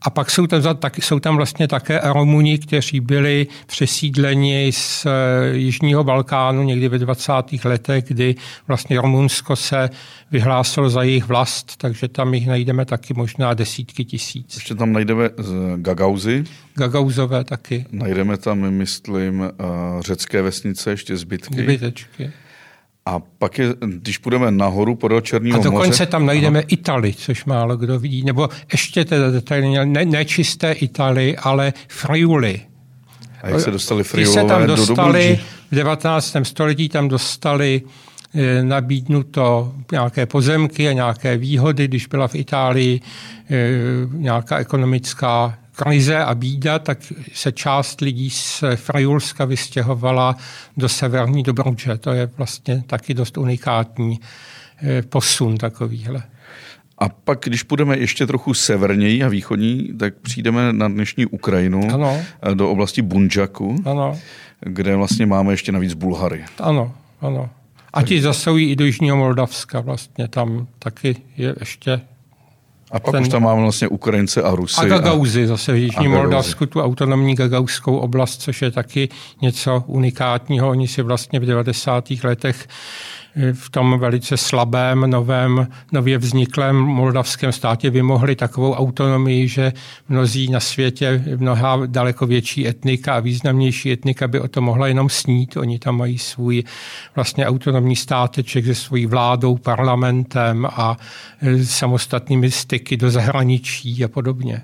S2: A pak jsou tam, tak, jsou tam vlastně také Romuni, kteří byli přesídleni z Jižního Balkánu někdy ve dvacátých letech, kdy vlastně Rumunsko se vyhlásilo za jejich vlast, takže tam jich najdeme taky možná desítky tisíc.
S1: Ještě tam najdeme Gagauzy.
S2: Gagauzové taky.
S1: Najdeme tam, myslím, řecké vesnice, ještě zbytky.
S2: Zbytečky.
S1: A pak je, když půjdeme nahoru podél Černého moře...
S2: A dokonce moře, tam najdeme aha. Italy, což málo kdo vidí. Nebo ještě teda detailně, ne, nečisté Italy, ale Friuli.
S1: A jak se dostali Friulové
S2: se tam dostali,
S1: do Dobruči?
S2: V devatenáctém století tam dostali e, nabídnuto nějaké pozemky a nějaké výhody, když byla v Itálii e, nějaká ekonomická krize a bída, tak se část lidí z Friulska vystěhovala do severní Dobruče. To je vlastně taky dost unikátní posun takovýhle.
S1: A pak, když půjdeme ještě trochu severněji a východní, tak přijdeme na dnešní Ukrajinu, ano. do oblasti Bundžaku, ano. kde vlastně máme ještě navíc Bulhary.
S2: Ano, ano. A ti zasahují i do Jižního Moldavska vlastně. Tam taky je ještě...
S1: A pak ten, už tam máme vlastně Ukrajince a Rusy.
S2: A Gagauzy, zase v Jižním Moldavsku, tu autonomní gagauzskou oblast, což je taky něco unikátního. Oni si vlastně v devadesátých letech v tom velice slabém, novém, nově vzniklém moldavském státě vymohli takovou autonomii, že mnozí na světě, mnoha daleko větší etnika a významnější etnika by o to mohla jenom snít. Oni tam mají svůj vlastně autonomní státeček se svojí vládou, parlamentem a samostatnými styky do zahraničí a podobně.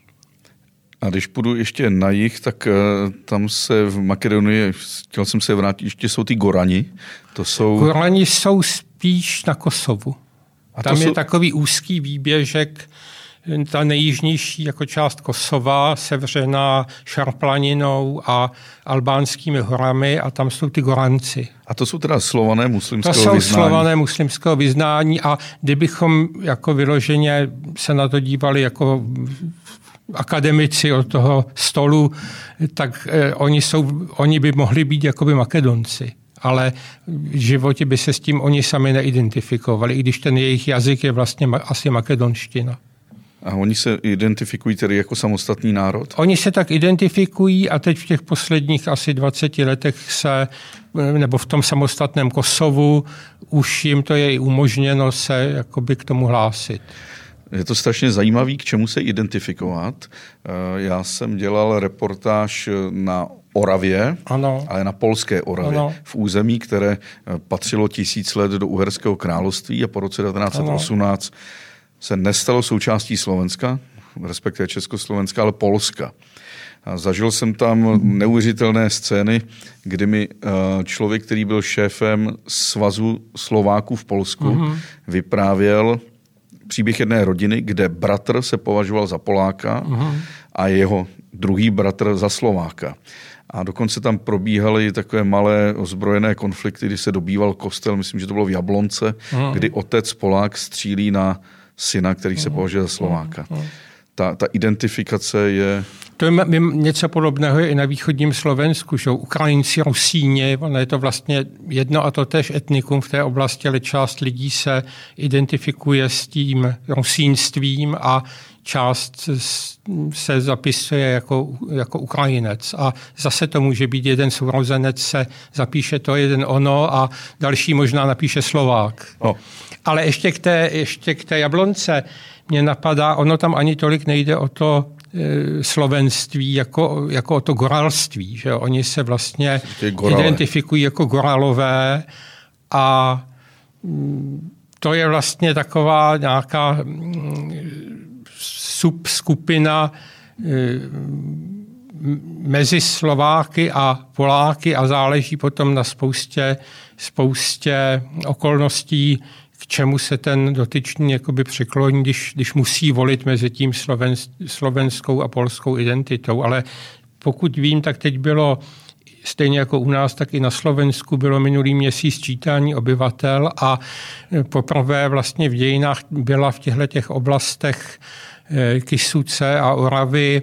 S1: A když půjdu ještě na jih, tak uh, tam se v Makedonii, chtěl jsem se vrátit, ještě jsou ty Gorani. To jsou...
S2: Gorani jsou spíš na Kosovu. A tam je jsou... takový úzký výběžek, ta nejjižnější jako část Kosova, sevřená Šarplaninou a albánskými horami a tam jsou ty Goranci.
S1: A to jsou teda Slované muslimského
S2: vyznání? To jsou
S1: vyznání.
S2: Slované muslimského vyznání a kdybychom jako vyloženě se na to dívali jako akademici od toho stolu, tak eh, oni, jsou, oni by mohli být jakoby Makedonci. Ale v životě by se s tím oni sami neidentifikovali, i když ten jejich jazyk je vlastně asi makedonština.
S1: A oni se identifikují tedy jako samostatný národ?
S2: Oni se tak identifikují a teď v těch posledních asi dvaceti letech se, nebo v tom samostatném Kosovu, už jim to je i umožněno se jakoby k tomu hlásit.
S1: Je to strašně zajímavý, k čemu se identifikovat. Já jsem dělal reportáž na Oravě, ano. ale na polské Oravě, ano. v území, které patřilo tisíc let do Uherského království a po roce devatenáct set osmnáct ano. se nestalo součástí Slovenska, respektive Československa, ale Polska. A zažil jsem tam neuvěřitelné scény, kdy mi člověk, který byl šéfem Svazu Slováků v Polsku, uh-huh. vyprávěl příběh jedné rodiny, kde bratr se považoval za Poláka uh-huh. a jeho druhý bratr za Slováka. A dokonce tam probíhaly takové malé ozbrojené konflikty, kdy se dobýval kostel, myslím, že to bylo v Jablonce, uh-huh. kdy otec Polák střílí na syna, který uh-huh. se považuje za Slováka. Uh-huh. Ta, ta identifikace je...
S2: To je něco podobného i na východním Slovensku, že Ukrajinci, Rusíni, ono je to vlastně jedno a to též etnikum v té oblasti, ale část lidí se identifikuje s tím rusínstvím a část se zapisuje jako, jako Ukrajinec. A zase to může být jeden sourozenec, se zapíše to, jeden ono a další možná napíše Slovák. Oh. Ale ještě k té, ještě k té Jablonce mě napadá, ono tam ani tolik nejde o to e, slovenství, jako, jako o to goralství. Že? Oni se vlastně identifikují jako goralové a m, to je vlastně taková nějaká m, subskupina e, mezi Slováky a Poláky a záleží potom na spoustě, spoustě okolností, k čemu se ten dotyčný jakoby přikloní, když, když musí volit mezi tím sloven, slovenskou a polskou identitou. Ale pokud vím, tak teď bylo, stejně jako u nás, tak i na Slovensku bylo minulý měsíc sčítání obyvatel a poprvé vlastně v dějinách byla v těchto těch oblastech Kysuce a Oravy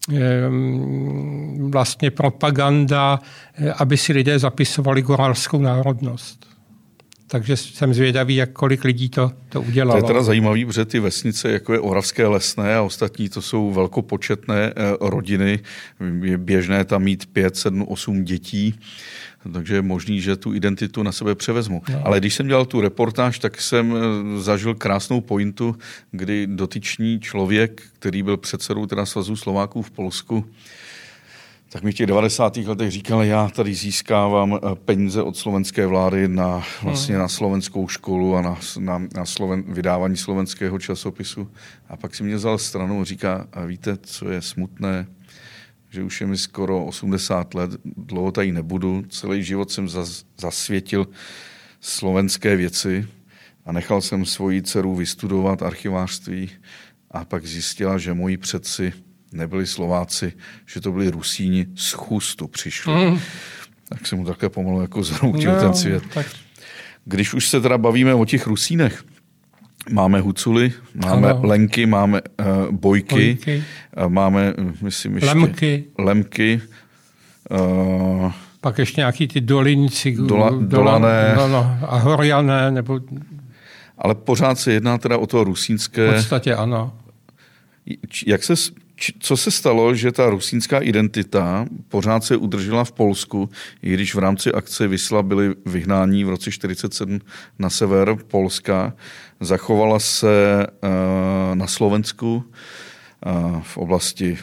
S2: vlastně propaganda, aby si lidé zapisovali goralskou národnost. Takže jsem zvědavý, jak kolik lidí to, to udělalo.
S1: To je teda zajímavý, protože ty vesnice, jako je Oravské Lesné a ostatní, to jsou velkopočetné rodiny. Je běžné tam mít pět, sedm, osm dětí, takže je možný, že tu identitu na sebe převezmu. No. Ale když jsem dělal tu reportáž, tak jsem zažil krásnou pointu, kdy dotyčný člověk, který byl předsedou teda Svazu Slováků v Polsku, tak mi v těch devadesátých letech říkal, já tady získávám peníze od slovenské vlády na, vlastně na slovenskou školu a na, na, na sloven, vydávání slovenského časopisu. A pak si mě vzal stranu a říká, a víte, co je smutné, že už je mi skoro osmdesát let, dlouho tady nebudu, celý život jsem zas, zasvětil slovenské věci a nechal jsem svoji dceru vystudovat archivářství a pak zjistila, že moji předci nebyli Slováci, že to byli Rusíni, z chustu přišli. Mm. Tak jsem mu také pomalu jako zhroutil no, ten svět. Tak. Když už se teda bavíme o těch Rusínech, máme Huculy, máme ano. Lenky, máme uh, Bojky, Bojky. Uh, máme, myslím, ještě
S2: Lemky.
S1: Lemky. Uh,
S2: Pak ještě nějaký ty Dolinci.
S1: Dola, Dolané.
S2: No, no, a Horiané, nebo...
S1: Ale pořád se jedná teda o to rusínské...
S2: V podstatě ano.
S1: Jak se... Co se stalo, že ta rusínská identita pořád se udržela v Polsku, i když v rámci akce Wisła byli vyhnání v roce čtyřicet sedm na sever Polska, zachovala se na Slovensku v oblasti,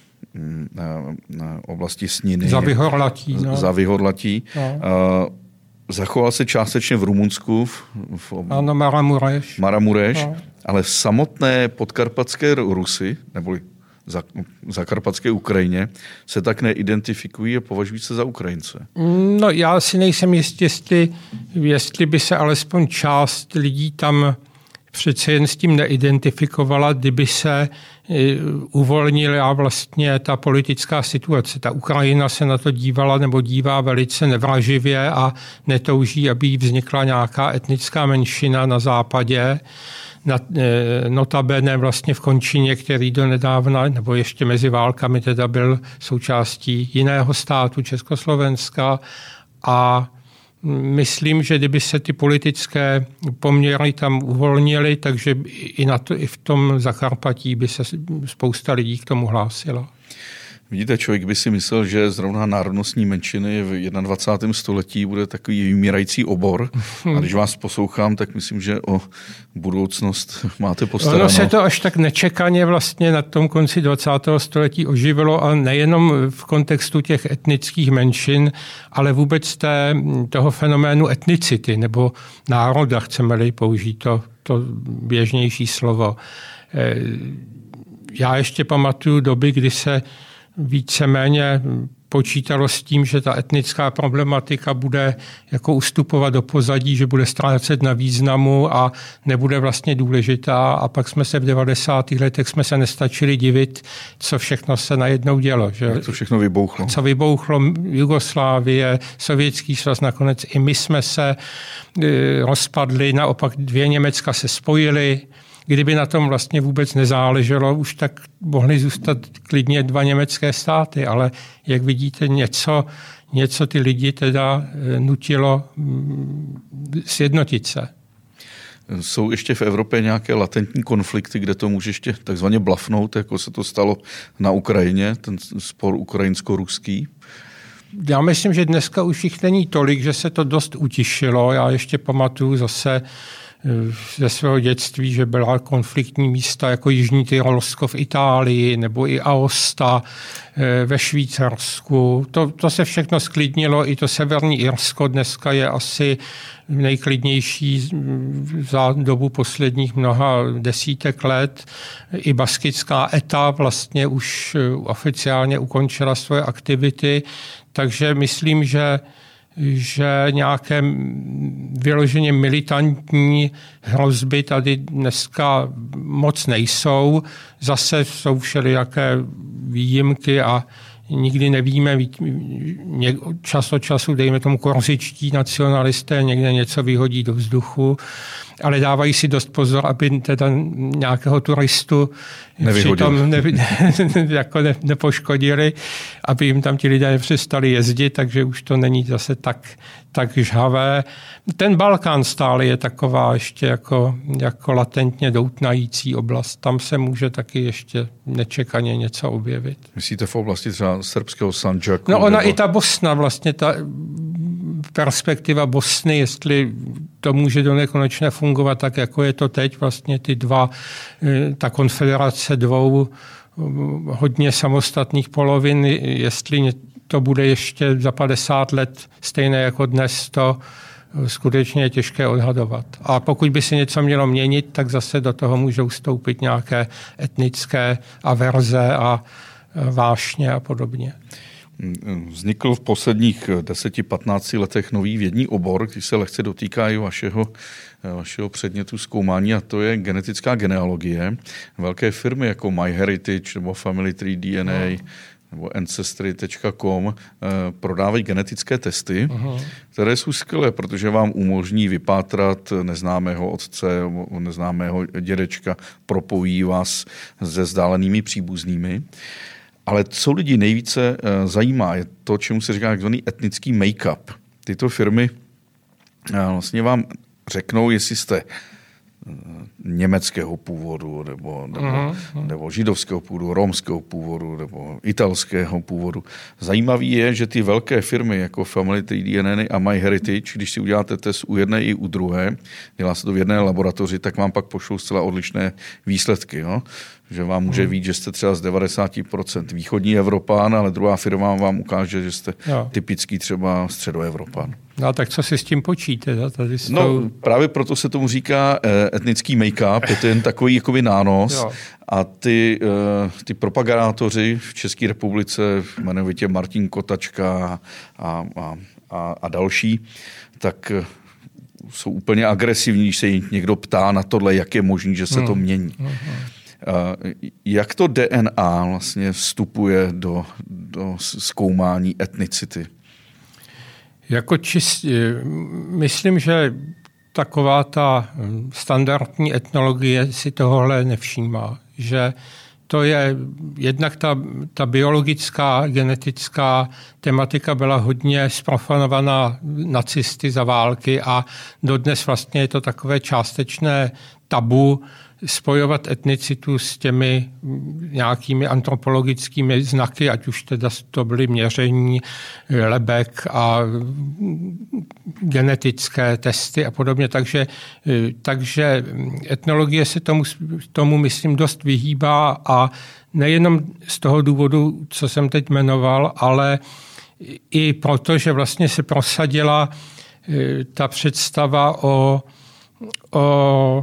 S1: v oblasti Sniny.
S2: Za Vyhorlatí. No.
S1: Za Vyhorlatí. No. Zachovala se částečně v Rumunsku. V, v ob...
S2: Ano, Maramureš.
S1: Maramureš, no. Ale v samotné podkarpatské Rusy, neboli za, zakarpatské Ukrajině, se tak neidentifikují a považují se za Ukrajince.
S2: No já si nejsem jistý, jestli, jestli by se alespoň část lidí tam přece jen s tím neidentifikovala, kdyby se uvolnila vlastně ta politická situace. Ta Ukrajina se na to dívala nebo dívá velice nevraživě a netouží, aby vznikla nějaká etnická menšina na západě. Notabene vlastně v Končině, který do nedávna, nebo ještě mezi válkami teda byl součástí jiného státu, Československa. A myslím, že kdyby se ty politické poměry tam uvolnily, takže i, na to, i v tom Zakarpatí by se spousta lidí k tomu hlásilo.
S1: Vidíte, člověk by si myslel, že zrovna národnostní menšiny v dvacátém prvním století bude takový vymírající obor. A když vás poslouchám, tak myslím, že o budoucnost máte postaráno.
S2: Ono se to až tak nečekaně vlastně na tom konci dvacátého století oživilo a nejenom v kontextu těch etnických menšin, ale vůbec té, toho fenoménu etnicity nebo národa, chceme-li použít to, to běžnější slovo. Já ještě pamatuju doby, kdy se víceméně počítalo s tím, že ta etnická problematika bude jako ustupovat do pozadí, že bude ztrácet na významu a nebude vlastně důležitá. A pak jsme se v devadesátých letech jsme se nestačili divit, co všechno se najednou dělo. Že?
S1: Co všechno vybouchlo.
S2: Co vybouchlo, Jugoslávie, Sovětský svaz, nakonec i my jsme se e, rozpadli, naopak dvě Německa se spojily. Kdyby na tom vlastně vůbec nezáleželo, už tak mohly zůstat klidně dva německé státy, ale jak vidíte, něco, něco ty lidi teda nutilo sjednotit se.
S1: Jsou ještě v Evropě nějaké latentní konflikty, kde to může ještě takzvaně blafnout, jako se to stalo na Ukrajině, ten spor ukrajinsko-ruský?
S2: Já myslím, že dneska už jich není tolik, že se to dost utišilo. Já ještě pamatuju zase ze svého dětství, že byla konfliktní místa jako Jižní Tyrolsko v Itálii nebo i Aosta ve Švýcarsku. To, to se všechno sklidnilo, i to severní Irsko dneska je asi nejklidnější za dobu posledních mnoha desítek let. I baskická E T A vlastně už oficiálně ukončila svoje aktivity, takže myslím, že že nějaké vyloženě militantní hrozby tady dneska moc nejsou. Zase jsou všelijaké výjimky a nikdy nevíme, čas od času, dejme tomu korzičtí nacionalisté, někde něco vyhodí do vzduchu, ale dávají si dost pozor, aby teda nějakého turistu
S1: přitom
S2: ne, jako ne, nepoškodili, aby jim tam ti lidé nepřestali jezdit, takže už to není zase tak, tak žhavé. Ten Balkán stále je taková ještě jako, jako latentně doutnající oblast. Tam se může taky ještě nečekaně něco objevit.
S1: Myslíte v oblasti třeba srbského Sandžaku?
S2: No ona
S1: nebo...
S2: i ta Bosna, vlastně ta perspektiva Bosny, jestli to může do nekonečna fungovat tak, jako je to teď, vlastně ty dva, ta konfederace dvou hodně samostatných polovin, jestli to bude ještě za padesát let stejné jako dnes, to skutečně je těžké odhadovat. A pokud by se něco mělo měnit, tak zase do toho můžou vstoupit nějaké etnické averze a vášně a podobně.
S1: Vznikl v posledních deseti patnácti letech nový vědní obor, který se lehce dotýká i vašeho, vašeho předmětu zkoumání, a to je genetická genealogie. Velké firmy jako MyHeritage nebo Family Tree D N A no. nebo Ancestry tečka com prodávají genetické testy, uh-huh. které jsou skvělé, protože vám umožní vypátrat neznámého otce, neznámého dědečka, propojí vás se vzdálenými příbuznými. Ale co lidi nejvíce zajímá, je to, čemu se říká takzvaný etnický make-up. Tyto firmy vlastně vám řeknou, jestli jste německého původu, nebo, nebo, uh-huh. nebo židovského původu, romského původu, nebo italského původu. Zajímavý je, že ty velké firmy jako Family Tree D N A a MyHeritage, když si uděláte test u jedné i u druhé, dělá se to v jedné laboratoři, tak vám pak pošlou zcela odlišné výsledky. No? Že vám může víc, že jste třeba z devadesát procent východní Evropán, ale druhá firma vám ukáže, že jste jo. typický třeba středoevropán.
S2: No tak co si s tím počíte? Tady s
S1: no
S2: tou...
S1: právě proto se tomu říká eh, etnický make-up, je to jen takový jakoby nános jo. a ty, eh, ty propagátoři v České republice, jmenovitě Martin Kotačka a, a, a, a další, tak eh, jsou úplně agresivní, když se někdo ptá na tohle, jak je možné, že se hmm. to mění. Hmm. Jak to D N A vlastně vstupuje do, do zkoumání etnicity?
S2: Jako čist, myslím, že taková ta standardní etnologie si tohohle nevšímá, že to je jednak ta, ta biologická, genetická tematika byla hodně zprofanovaná nacisty za války a dodnes vlastně je to takové částečné tabu spojovat etnicitu s těmi nějakými antropologickými znaky, ať už teda to byly měření lebek a genetické testy a podobně. Takže, takže etnologie se tomu, tomu, myslím, dost vyhýbá a nejenom z toho důvodu, co jsem teď jmenoval, ale i proto, že vlastně se prosadila ta představa o, o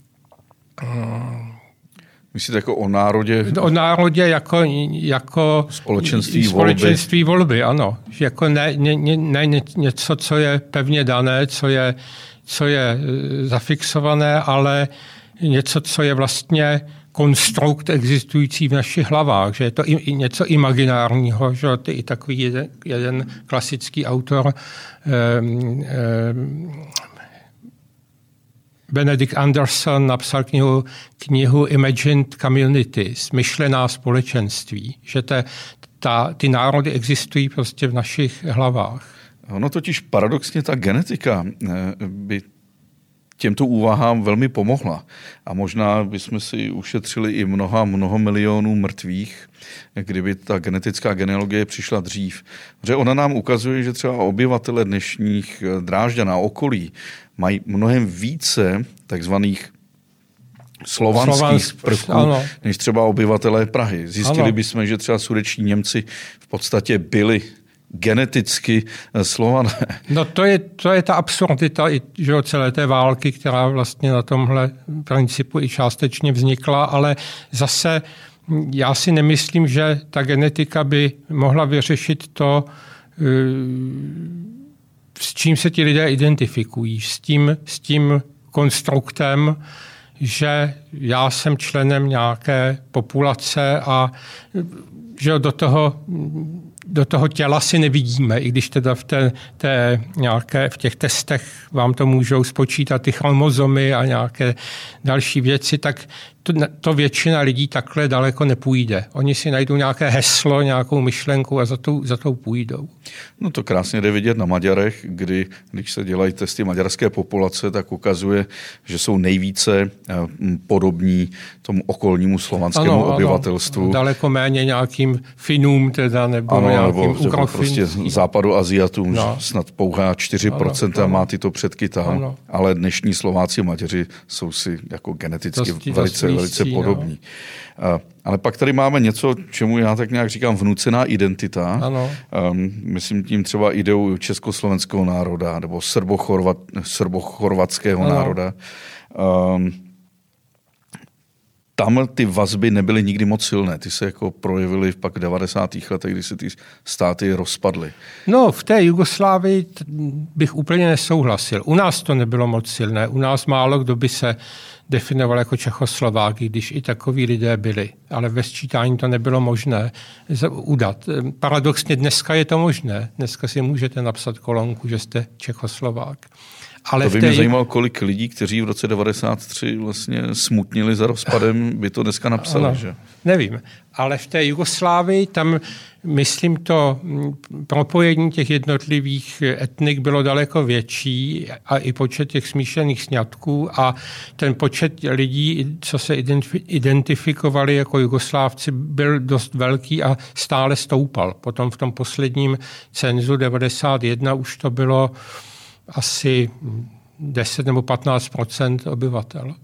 S1: Myslíte jako o národě?
S2: O národě jako, jako
S1: společenství,
S2: společenství
S1: volby.
S2: volby, ano. Jako ne, ne, ne něco, co je pevně dané, co je, co je zafixované, ale něco, co je vlastně konstrukt existující v našich hlavách, že je to i, i něco imaginárního, že to je i takový jeden, jeden klasický autor um, um, Benedict Anderson napsal knihu, knihu Imagined Communities, myšlená společenství, že te, ta, ty národy existují prostě v našich hlavách.
S1: Ono totiž paradoxně ta genetika by těmto úvahám velmi pomohla. A možná bychom si ušetřili i mnoha, mnoho milionů mrtvých, kdyby ta genetická genealogie přišla dřív. Protože ona nám ukazuje, že třeba obyvatele dnešních Drážďan a okolí mají mnohem více takzvaných slovanských Slovansk, prvků, ano. než třeba obyvatelé Prahy. Zjistili bychom, že třeba sudeční Němci v podstatě byli geneticky Slované.
S2: No to je, to je ta absurdita že celé té války, která vlastně na tomhle principu i částečně vznikla, ale zase já si nemyslím, že ta genetika by mohla vyřešit to, s čím se ti lidé identifikují, s tím, s tím konstruktem, že já jsem členem nějaké populace a že do toho do toho těla si nevidíme, i když teda v, té, té nějaké, v těch testech vám to můžou spočítat ty chromozomy a nějaké další věci, tak to, to většina lidí takhle daleko nepůjde. Oni si najdou nějaké heslo, nějakou myšlenku a za tou, za tou půjdou.
S1: No to krásně jde vidět na Maďarech, kdy, když se dělají testy maďarské populace, tak ukazuje, že jsou nejvíce podobní tomu okolnímu slovanskému ano, obyvatelstvu.
S2: Ano, daleko méně nějakým Finům teda, nebo
S1: ano,
S2: nějakým
S1: nebo, nebo prostě západu Aziatům,
S2: no.
S1: snad pouhá čtyři procenta ano, má tyto předky tam, ano. ale dnešní Slováci a Maďaři jsou si jako geneticky dosti, velice, dosti velice podobní. No. Ale pak tady máme něco, čemu já tak nějak říkám vnucená identita.
S2: Ano.
S1: Um, myslím tím třeba ideu československého národa nebo srbochorvat, srbochorvatského ano. národa. Um, Tam ty vazby nebyly nikdy moc silné. Ty se jako projevily pak v devadesátých letech, kdy se ty státy rozpadly.
S2: No, v té Jugoslávii bych úplně nesouhlasil. U nás to nebylo moc silné. U nás málo kdo by se definoval jako Čechoslováky, když i takoví lidé byli. Ale ve sčítání to nebylo možné udat. Paradoxně dneska je to možné. Dneska si můžete napsat kolonku, že jste Čechoslovák. Ale
S1: to by mě té... zajímalo, kolik lidí, kteří v roce devadesát tři vlastně smutnili za rozpadem, by to dneska napsali, ano, že?
S2: Nevím, ale v té Jugoslávii tam, myslím, to propojení těch jednotlivých etnik bylo daleko větší a i počet těch smíšených sňatků a ten počet lidí, co se identifikovali jako Jugoslávci, byl dost velký a stále stoupal. Potom v tom posledním cenzu devadesát jedna už to bylo asi deset nebo patnáct procent obyvatel.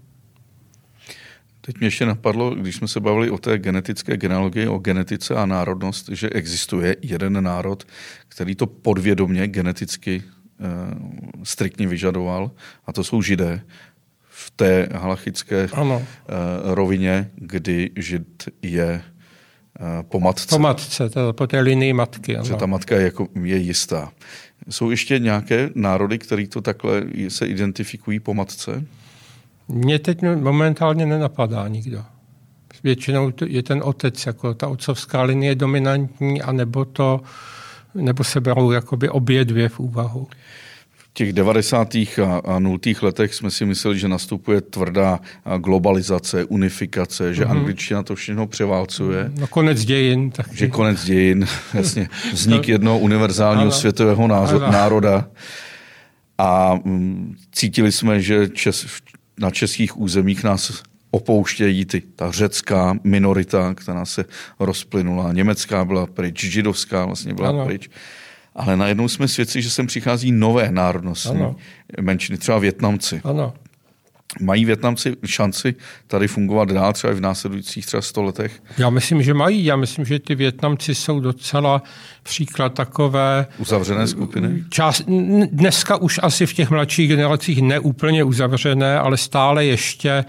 S1: Teď mě ještě napadlo, když jsme se bavili o té genetické genealogii, o genetice a národnost, že existuje jeden národ, který to podvědomě geneticky eh, striktně vyžadoval, a to jsou Židé. V té halachické eh, rovině, kdy Žid je eh, po matce.
S2: Po matce, to, po té linii matky. Ano.
S1: Že ta matka je, jako, je jistá. Jsou ještě nějaké národy, které to takhle se identifikují po matce?
S2: Mně teď momentálně nenapadá nikdo. Většinou je ten otec, jako ta otcovská linie dominantní, anebo to, nebo se berou jakoby obě dvě v úvahu.
S1: V těch devadesátých a nultých letech jsme si mysleli, že nastupuje tvrdá globalizace, unifikace, že mm-hmm. angličtina to všechno převálcuje.
S2: No konec dějin. Taky.
S1: Že konec dějin, jasně. Vznik jednoho univerzálního ano. světového názo- národa. A mm, cítili jsme, že čes, na českých územích nás opouštějí ty, ta řecká minorita, která se rozplynula. Německá byla pryč, židovská vlastně byla ano. pryč. Ale najednou jsme svědci, že sem přichází nové národnostní ano. menšiny, třeba Vietnamci.
S2: Ano.
S1: Mají Vietnamci šanci tady fungovat dál, třeba i v následujících třeba sto letech?
S2: Já myslím, že mají. Já myslím, že ty Vietnamci jsou docela příklad takové...
S1: Uzavřené skupiny?
S2: Část, dneska už asi v těch mladších generacích neúplně uzavřené, ale stále ještě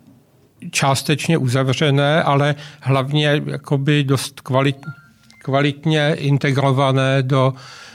S2: částečně uzavřené, ale hlavně jakoby dost kvalit, kvalitně integrované do,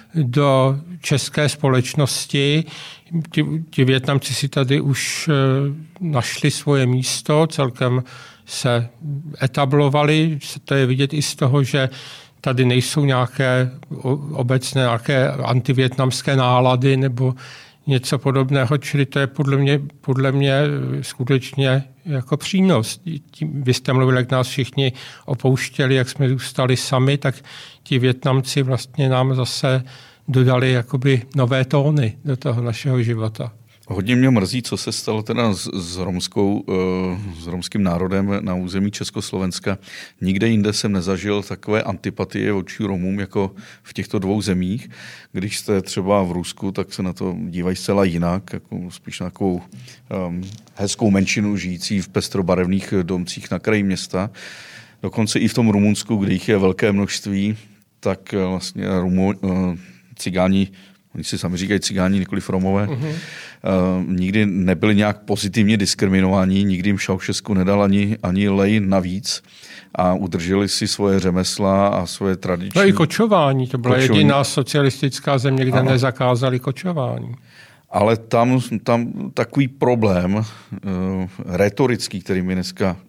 S2: do české společnosti. Ti, ti Vietnamci si tady už našli svoje místo, celkem se etablovali. To je vidět i z toho, že tady nejsou nějaké obecné nějaké antivietnamské nálady nebo něco podobného, čili to je podle mě, podle mě skutečně jako přínos. Tím, vy jste mluvili, jak nás všichni opouštěli, jak jsme zůstali sami, tak ti Vietnamci vlastně nám zase dodali jakoby nové tóny do toho našeho života.
S1: Hodně mě mrzí, co se stalo teda s, s, romskou, s romským národem na území Československa. Nikde jinde jsem nezažil takové antipatie vůči Romům jako v těchto dvou zemích. Když jste třeba v Rusku, tak se na to dívají zcela jinak, jako spíš na takovou um, hezkou menšinu žijící v pestrobarevných domcích na kraji města. Dokonce i v tom Rumunsku, kde jich je velké množství, tak vlastně Rumu, uh, cigáni, oni si sami říkají cigáni, nikoliv Romové, uh-huh. uh, nikdy nebyli nějak pozitivně diskriminováni, nikdy jim Ceausescu nedal ani, ani lej navíc a udrželi si svoje řemesla a svoje tradiční...
S2: No i kočování, to byla kočování. Jediná socialistická země, kde ano. nezakázali kočování.
S1: Ale tam, tam takový problém uh, retorický, který my dneska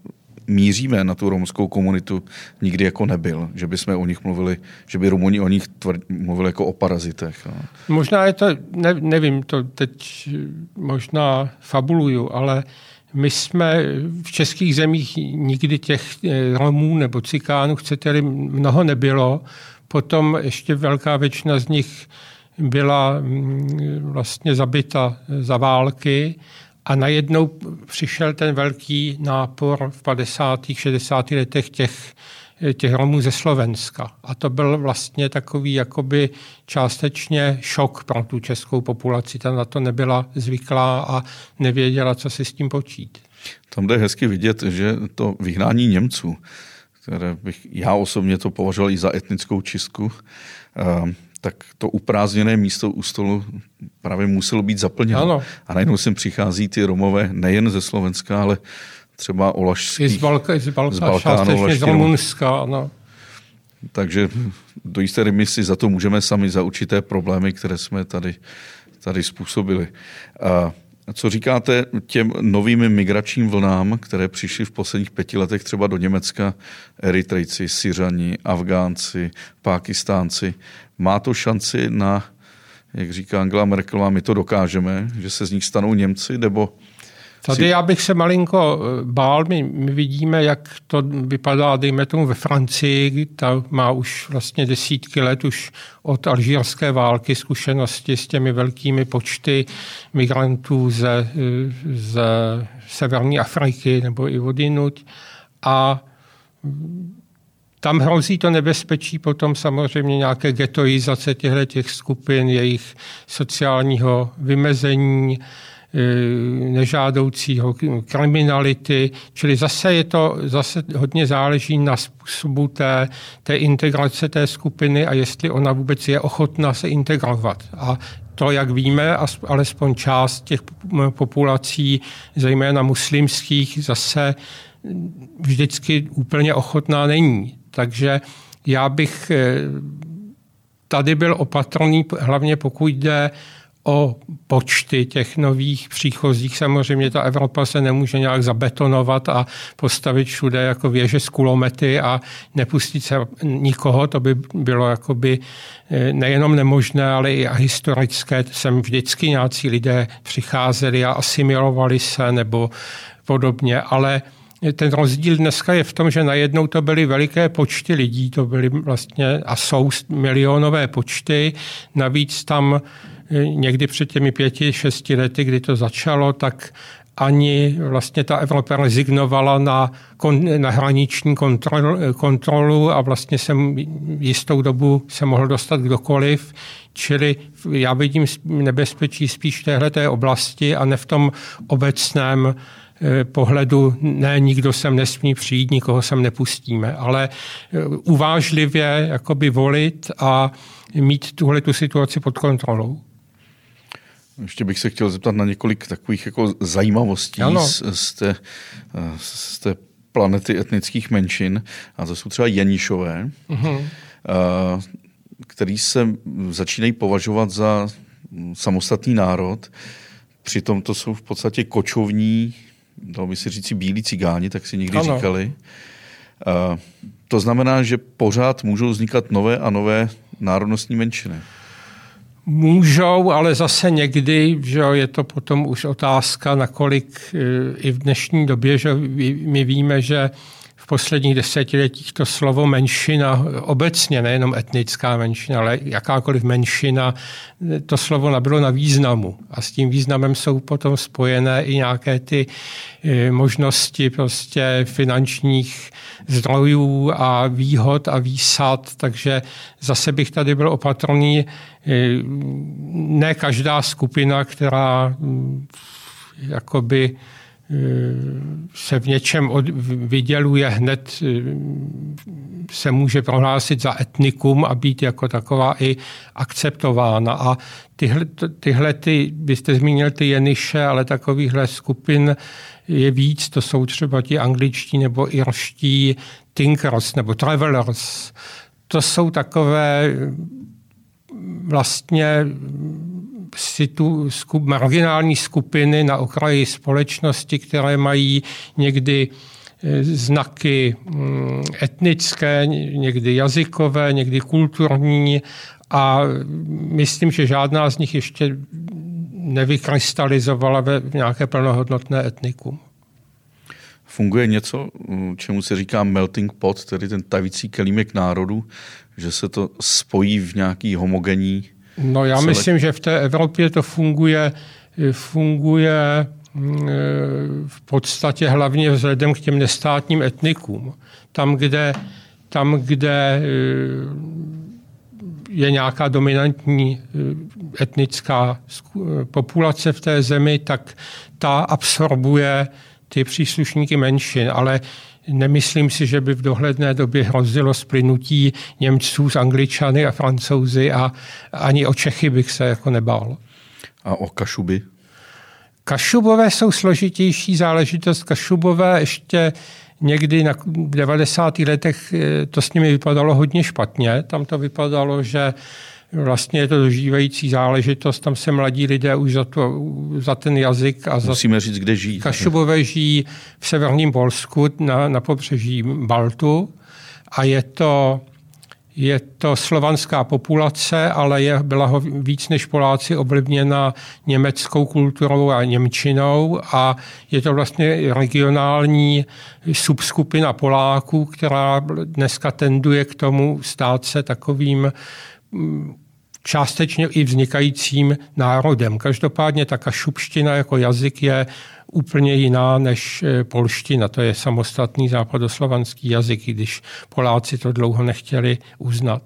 S1: míříme na tu romskou komunitu, nikdy jako nebyl. Že by jsme o nich mluvili, že by Rumuni o nich tvrdili, mluvili jako o parazitech. No.
S2: Možná je to, ne, nevím, to teď možná fabuluju, ale my jsme v českých zemích nikdy těch Romů nebo Cikánů, chcete-li, mnoho nebylo. Potom ještě velká většina z nich byla vlastně zabita za války a najednou přišel ten velký nápor v padesátých, šedesátých letech těch, těch Romů ze Slovenska. A to byl vlastně takový jakoby částečně šok pro tu českou populaci. Ta na to nebyla zvyklá a nevěděla, co si s tím počít.
S1: Tam jde hezky vidět, že to vyhnání Němců, které bych já osobně to považoval i za etnickou čistku, tak to uprázdněné místo u stolu právě muselo být zaplněno.
S2: Ano.
S1: A najednou sem přichází ty Romové nejen ze Slovenska, ale třeba olašských.
S2: I z, Balka, z, Balka, z Balkánu, částečně z Rumunska. Ano.
S1: Takže do jisté míry si za to můžeme sami za určité problémy, které jsme tady, tady způsobili. A co říkáte těm novým migračním vlnám, které přišly v posledních pěti letech třeba do Německa, Eritrejci, Syřani, Afgánci, Pákistánci. Má to šanci na, jak říká Angela Merkelová, my to dokážeme, že se z nich stanou Němci, nebo...
S2: Tady já bych se malinko bál. My, my vidíme, jak to vypadá, dejme tomu, ve Francii. Ta má už vlastně desítky let už od alžírské války zkušenosti s těmi velkými počty migrantů ze, ze severní Afriky nebo i odjinuť. A tam hrozí to nebezpečí potom samozřejmě nějaké getoizace těchto skupin, jejich sociálního vymezení, nežádoucího kriminality, čili zase je to, zase hodně záleží na způsobu té, té integrace té skupiny a jestli ona vůbec je ochotná se integrovat. A to, jak víme, alespoň část těch populací, zejména muslimských, zase vždycky úplně ochotná není. Takže já bych tady byl opatrný, hlavně pokud jde o počty těch nových příchozích. Samozřejmě ta Evropa se nemůže nějak zabetonovat a postavit všude jako věže s kulomety a nepustit se nikoho. To by bylo jakoby nejenom nemožné, ale i historické. Sem vždycky nějací lidé přicházeli a asimilovali se nebo podobně, ale ten rozdíl dneska je v tom, že najednou to byly veliké počty lidí, to byly vlastně a jsou milionové počty, navíc tam někdy před těmi pěti, šesti lety, kdy to začalo, tak ani vlastně ta Evropa rezignovala na, kon, na hraniční kontrol, kontrolu a vlastně jsem jistou dobu se mohl dostat kdokoliv. Čili já vidím nebezpečí spíš v téhleté oblasti a ne v tom obecném pohledu, ne, nikdo sem nesmí přijít, nikoho sem nepustíme, ale uvážlivě jakoby volit a mít tuhle tu situaci pod kontrolou.
S1: Ještě bych se chtěl zeptat na několik takových jako zajímavostí z, z, té, z té planety etnických menšin. A to jsou třeba Jenišové, uh-huh. který se začínají považovat za samostatný národ. Přitom to jsou v podstatě kočovní, dalo by si říct bílí cigáni, tak si někdy ano. říkali. To znamená, že pořád můžou vznikat nové a nové národnostní menšiny.
S2: Můžou, ale zase někdy, že je to potom už otázka, nakolik i v dnešní době, že my víme, že v posledních desetiletích to slovo menšina, obecně nejenom etnická menšina, ale jakákoliv menšina, to slovo nabylo na významu. A s tím významem jsou potom spojené i nějaké ty možnosti prostě finančních zdrojů a výhod a výsad. Takže zase bych tady byl opatrný. Ne každá skupina, která jakoby se v něčem od, vyděluje hned, se může prohlásit za etnikum a být jako taková i akceptována. A tyhle, tyhle ty, byste zmínil ty Jeniše, ale takovýchhle skupin je víc, to jsou třeba ti angličtí nebo irští thinkers nebo travelers. To jsou takové vlastně situ, skup, marginální skupiny na okraji společnosti, které mají někdy znaky etnické, někdy jazykové, někdy kulturní a myslím, že žádná z nich ještě nevykrystalizovala ve nějaké plnohodnotné etnikum.
S1: Funguje něco, čemu se říká melting pot, tedy ten tavící kelímek národů, že se to spojí v nějaký homogenní
S2: No já celek? Myslím, že v té Evropě to funguje, funguje v podstatě hlavně vzhledem k těm nestátním etnikům. Tam, kde, tam, kde je nějaká dominantní etnická populace v té zemi, tak ta absorbuje ty příslušníky menšin, ale nemyslím si, že by v dohledné době hrozilo splynutí Němců s Angličany a Francouzi a ani o Čechy bych se jako nebál.
S1: A o Kašuby?
S2: Kašubové jsou složitější záležitost. Kašubové ještě někdy na devadesátých letech to s nimi vypadalo hodně špatně. Tam to vypadalo, že vlastně je to dožívající záležitost. Tam se mladí lidé už za, to, za ten jazyk a
S1: musíme
S2: za...
S1: říct, kde žijí.
S2: Kašubové žijí v severním Polsku na, na pobřeží Baltu a je to, je to slovanská populace, ale je, byla ho víc než Poláci ovlivněna německou kulturou a němčinou a je to vlastně regionální subskupina Poláků, která dneska tenduje k tomu stát se takovým částečně i vznikajícím národem. Každopádně ta kašubština jako jazyk je úplně jiná než polština. To je samostatný západoslovanský jazyk, i když Poláci to dlouho nechtěli uznat.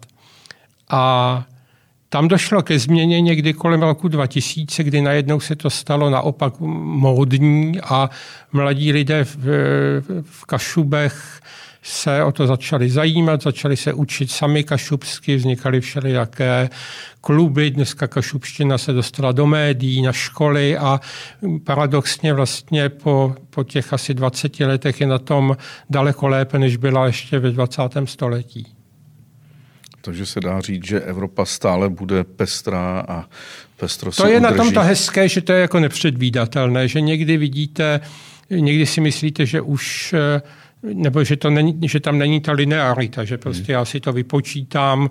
S2: A tam došlo ke změně někdy kolem roku dva tisíce, kdy najednou se to stalo naopak módní a mladí lidé v, v Kašubech se o to začali zajímat, začali se učit sami kašubsky, vznikaly všelijaké kluby, dneska kašubština se dostala do médií, na školy a paradoxně vlastně po, po těch asi dvaceti letech je na tom daleko lépe, než byla ještě ve dvacátém století.
S1: Takže se dá říct, že Evropa stále bude pestrá a pestro se
S2: To je
S1: udrží.
S2: Na tom to hezké, že to je jako nepředvídatelné, že někdy vidíte, někdy si myslíte, že už nebo že, to není, že tam není ta linearita, že prostě já si to vypočítám,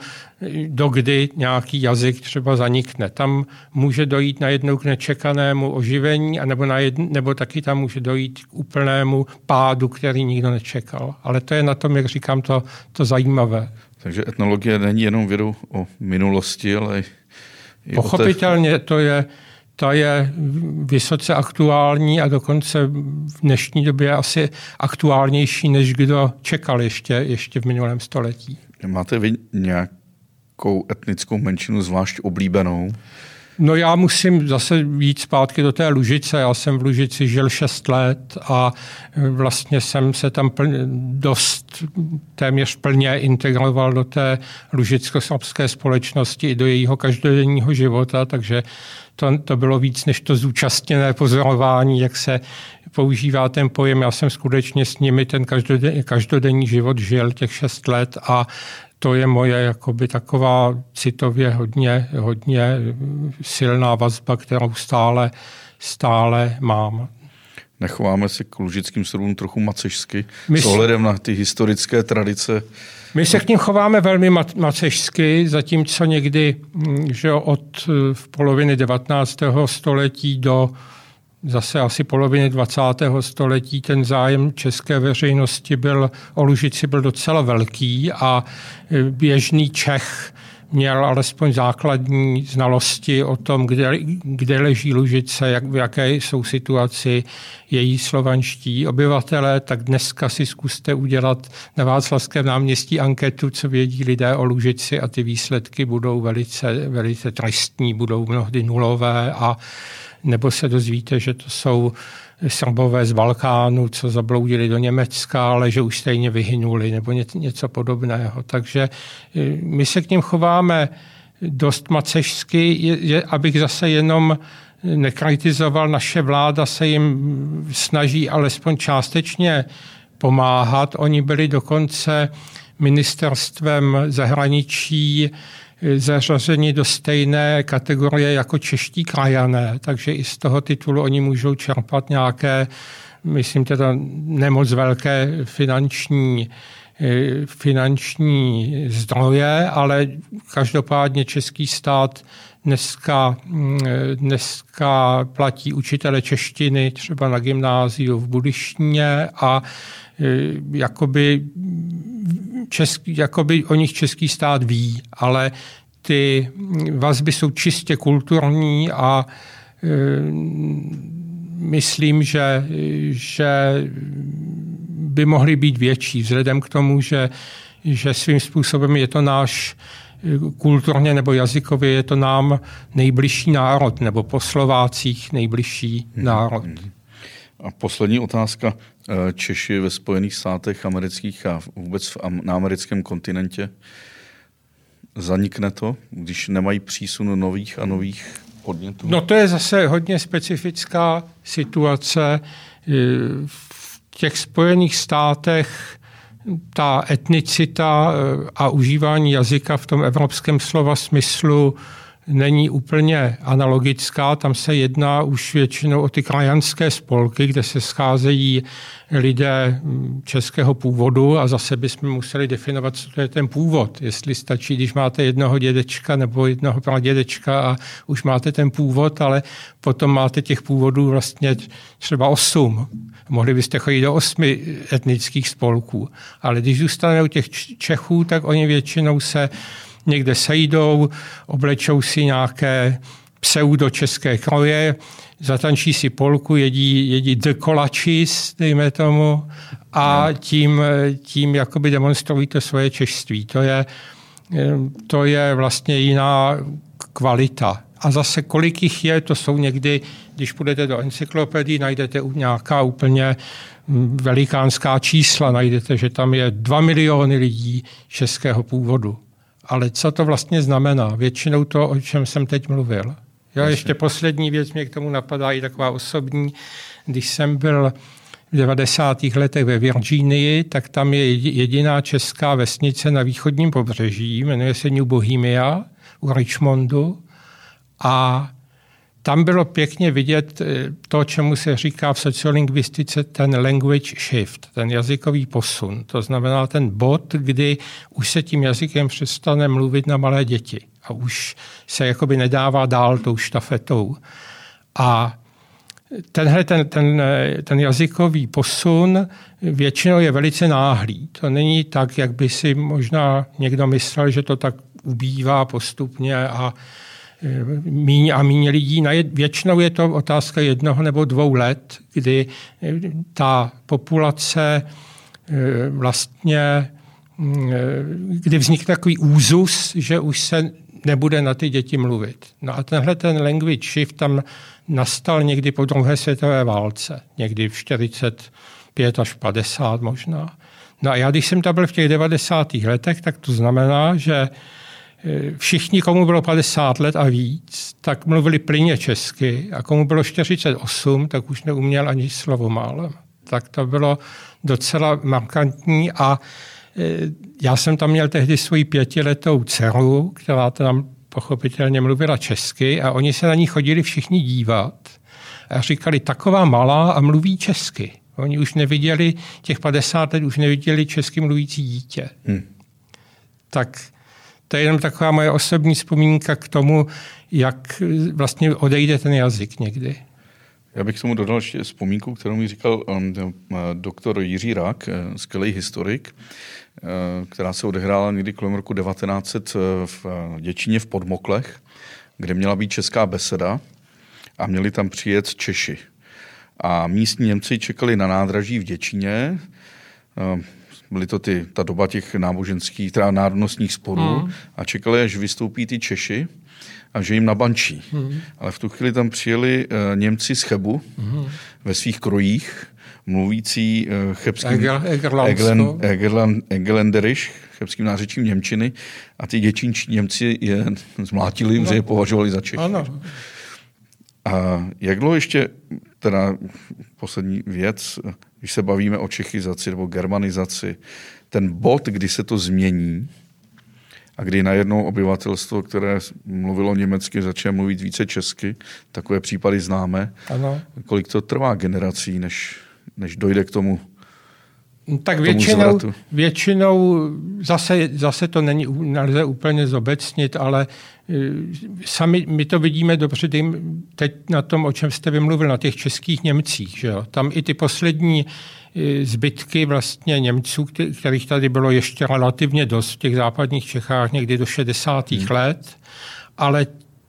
S2: dokdy nějaký jazyk třeba zanikne. Tam může dojít najednou k nečekanému oživení, anebo najedn, nebo taky tam může dojít k úplnému pádu, který nikdo nečekal. Ale to je na tom, jak říkám, to, to zajímavé.
S1: Takže etnologie není jenom vědou o minulosti, ale i
S2: pochopitelně
S1: o té...
S2: to je Ta je vysoce aktuální a dokonce v dnešní době asi aktuálnější, než kdo čekal ještě, ještě v minulém století.
S1: Máte vy nějakou etnickou menšinu zvlášť oblíbenou?
S2: No já musím zase jít zpátky do té Lužice. Já jsem v Lužici žil šest let a vlastně jsem se tam plně, dost téměř plně integroval do té lužicko-srbské společnosti i do jejího každodenního života, takže to, to bylo víc než to zúčastněné pozorování, jak se používá ten pojem. Já jsem skutečně s nimi ten každodenní, každodenní život žil těch šest let a to je moje jakoby taková citově hodně, hodně silná vazba, kterou stále, stále mám.
S1: Nechováme se k lužickým Srbům trochu macešsky
S2: My
S1: s ohledem na ty historické tradice?
S2: My se k ním chováme velmi macešsky, zatímco někdy že od v poloviny devatenáctého století do zase asi poloviny dvacátého století ten zájem české veřejnosti byl, o Lužici byl docela velký a běžný Čech měl alespoň základní znalosti o tom, kde, kde leží Lužice, jak, v jaké jsou situaci její slovanští obyvatelé, tak dneska si zkuste udělat na Václavském náměstí anketu, co vědí lidé o Lužici a ty výsledky budou velice, velice tristní, budou mnohdy nulové a nebo se dozvíte, že to jsou Srbové z Balkánu, co zabloudili do Německa, ale že už stejně vyhynuli, nebo něco podobného. Takže my se k ním chováme dost macešsky, je, je, abych zase jenom nekritizoval, naše vláda se jim snaží alespoň částečně pomáhat. Oni byli dokonce ministerstvem zahraničí zařazeni do stejné kategorie jako čeští krajané, takže i z toho titulu oni můžou čerpat nějaké myslím teda nemoc velké finanční, finanční zdroje, ale každopádně český stát dneska, dneska platí učitele češtiny třeba na gymnáziu v Budyštině a jakoby, český, jakoby o nich český stát ví, ale ty vazby jsou čistě kulturní a e, myslím, že, že by mohly být větší, vzhledem k tomu, že, že svým způsobem je to náš kulturně nebo jazykově je to nám nejbližší národ, nebo po Slovácích nejbližší národ.
S1: A poslední otázka. Češi ve Spojených státech amerických a vůbec na americkém kontinentě, zanikne to, když nemají přísun nových a nových podnětů?
S2: No to je zase hodně specifická situace. V těch Spojených státech ta etnicita a užívání jazyka v tom evropském slova smyslu není úplně analogická. Tam se jedná už většinou o ty krajanské spolky, kde se scházejí lidé českého původu a zase bychom museli definovat, co to je ten původ. Jestli stačí, když máte jednoho dědečka nebo jednoho pradědečka a už máte ten původ, ale potom máte těch původů vlastně třeba osm. Mohli byste chodit do osmi etnických spolků. Ale když zůstaneme u těch Čechů, tak oni většinou se někde sejdou, oblečou si nějaké pseudo-české kroje, zatančí si polku, jedí, jedí the kolačis, dejme tomu, a tím, tím jakoby demonstrují to svoje češství. To je, to je vlastně jiná kvalita. A zase kolik jich je, to jsou někdy, když půjdete do encyklopedii, najdete nějaká úplně velikánská čísla, najdete, že tam je dva miliony lidí českého původu. Ale co to vlastně znamená? Většinou to, o čem jsem teď mluvil. Jo, ještě poslední věc mě k tomu napadá i taková osobní. Když jsem byl v devadesátých letech ve Virginii, tak tam je jediná česká vesnice na východním pobřeží, jmenuje se New Bohemia u Richmondu a tam bylo pěkně vidět to, čemu se říká v sociolingvistice ten language shift, ten jazykový posun. To znamená ten bod, kdy už se tím jazykem přestane mluvit na malé děti a už se jakoby nedává dál tou štafetou. A tenhle ten, ten, ten jazykový posun většinou je velice náhlý. To není tak, jak by si možná někdo myslel, že to tak ubývá postupně a míň a míň lidí. Většinou je to otázka jednoho nebo dvou let, kdy ta populace vlastně, kdy vznikne takový úzus, že už se nebude na ty děti mluvit. No a tenhle ten language shift tam nastal někdy po druhé světové válce, někdy v čtyřicet pět až padesát možná. No a já, když jsem tam byl v těch devadesátých letech, tak to znamená, že všichni, komu bylo padesát let a víc, tak mluvili plynně česky a komu bylo čtyřicet osm, tak už neuměl ani slovo málem. Tak to bylo docela markantní a já jsem tam měl tehdy svoji pětiletou dceru, která tam pochopitelně mluvila česky a oni se na ní chodili všichni dívat a říkali, taková malá a mluví česky. Oni už neviděli, těch padesát let už neviděli česky mluvící dítě. Hmm. Tak to je jenom taková moje osobní vzpomínka k tomu, jak vlastně odejde ten jazyk někdy.
S1: Já bych k tomu dodal ještě vzpomínku, kterou mi říkal um, doktor Jiří Rak, skvělý historik, uh, která se odehrála někdy kolem roku devatenáct set v Děčíně v Podmoklech, kde měla být česká beseda a měli tam přijet Češi. A místní Němci čekali na nádraží v Děčíně. Uh, byly to ty, ta doba těch náboženských, teda národnostních sporů mm. a čekali, až vystoupí ty Češi a že jim nabančí. Mm. Ale v tu chvíli tam přijeli uh, Němci z Chebu mm. ve svých krojích, mluvící uh, chebským Egerländerisch, chebským nářečím němčiny a ty děčínčí Němci je zmlátili, no. že je považovali za Čechy. Ano. A jak dlouho ještě, teda poslední věc, když se bavíme o čechizaci nebo germanizaci, ten bod, kdy se to změní a kdy najednou obyvatelstvo, které mluvilo německy, začne mluvit více česky, takové případy známe. Ano. Kolik to trvá generací, než, než dojde k tomu.
S2: Tak většinou, většinou zase, zase to není, nelze úplně zobecnit, ale sami my to vidíme dobře teď na tom, o čem jste vymluvil, na těch českých Němcích. Že jo? Tam i ty poslední zbytky vlastně Němců, kterých tady bylo ještě relativně dost v těch západních Čechách někdy do šedesátých Hmm. let, ale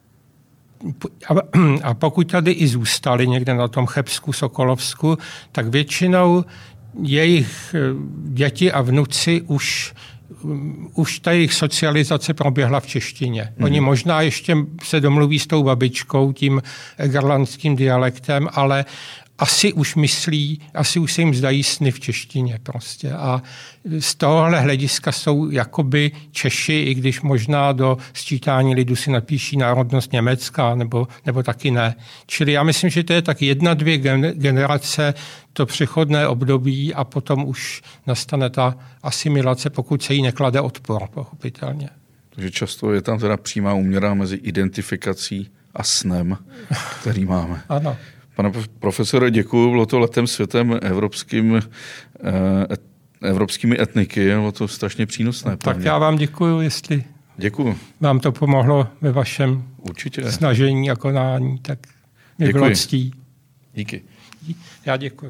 S2: a pokud tady i zůstali někde na tom Chebsku, Sokolovsku, tak většinou jejich děti a vnuci už, už ta jejich socializace proběhla v češtině. Mm. Oni možná ještě se domluví s tou babičkou, tím egerlandským dialektem, ale asi už myslí, asi už se jim zdají sny v češtině prostě. A z tohohle hlediska jsou jakoby Češi, i když možná do sčítání lidu si napíší národnost německá, nebo, nebo taky ne. Čili já myslím, že to je tak jedna, dvě generace, to přechodné období a potom už nastane ta asimilace, pokud se jí neklade odpor, pochopitelně.
S1: Takže často je tam teda přímá úměra mezi identifikací a snem, který máme.
S2: Ano.
S1: Pane profesore, děkuji, bylo to letem světem evropským, eh, evropskými etniky, bylo to strašně přínosné.
S2: Tak já vám děkuji, jestli
S1: děkuji.
S2: vám to pomohlo ve vašem
S1: Určitě.
S2: snažení a konání, tak mě bylo ctí.
S1: Díky.
S2: Já děkuji.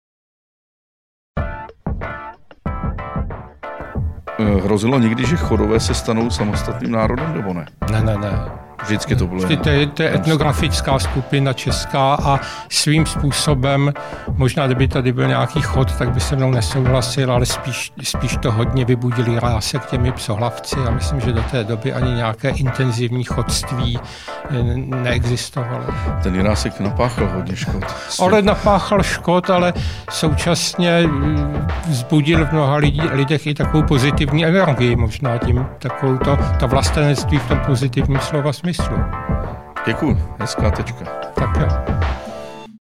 S1: Hrozilo někdy, že Chodové se stanou samostatným národem, nebo ne?
S2: Ne, ne, ne.
S1: Vždycky to bylo.
S2: Vždy to je, to je etnografická skupina česká a svým způsobem, možná kdyby tady byl nějaký chod, tak by se mnou nesouhlasil, ale spíš, spíš to hodně vybudili rásek těmi psohlavci a myslím, že do té doby ani nějaké intenzivní chodství neexistovalo.
S1: Ten Jirásek napáchal hodně škod.
S2: Ale napáchal škod, ale současně vzbudil v mnoha lidí, lidech i takovou pozitivní energii, možná tím takovou to, to vlastenectví v tom pozitivním slova smyslu.
S1: Děkuji, hezká tečka.
S2: Tak jo.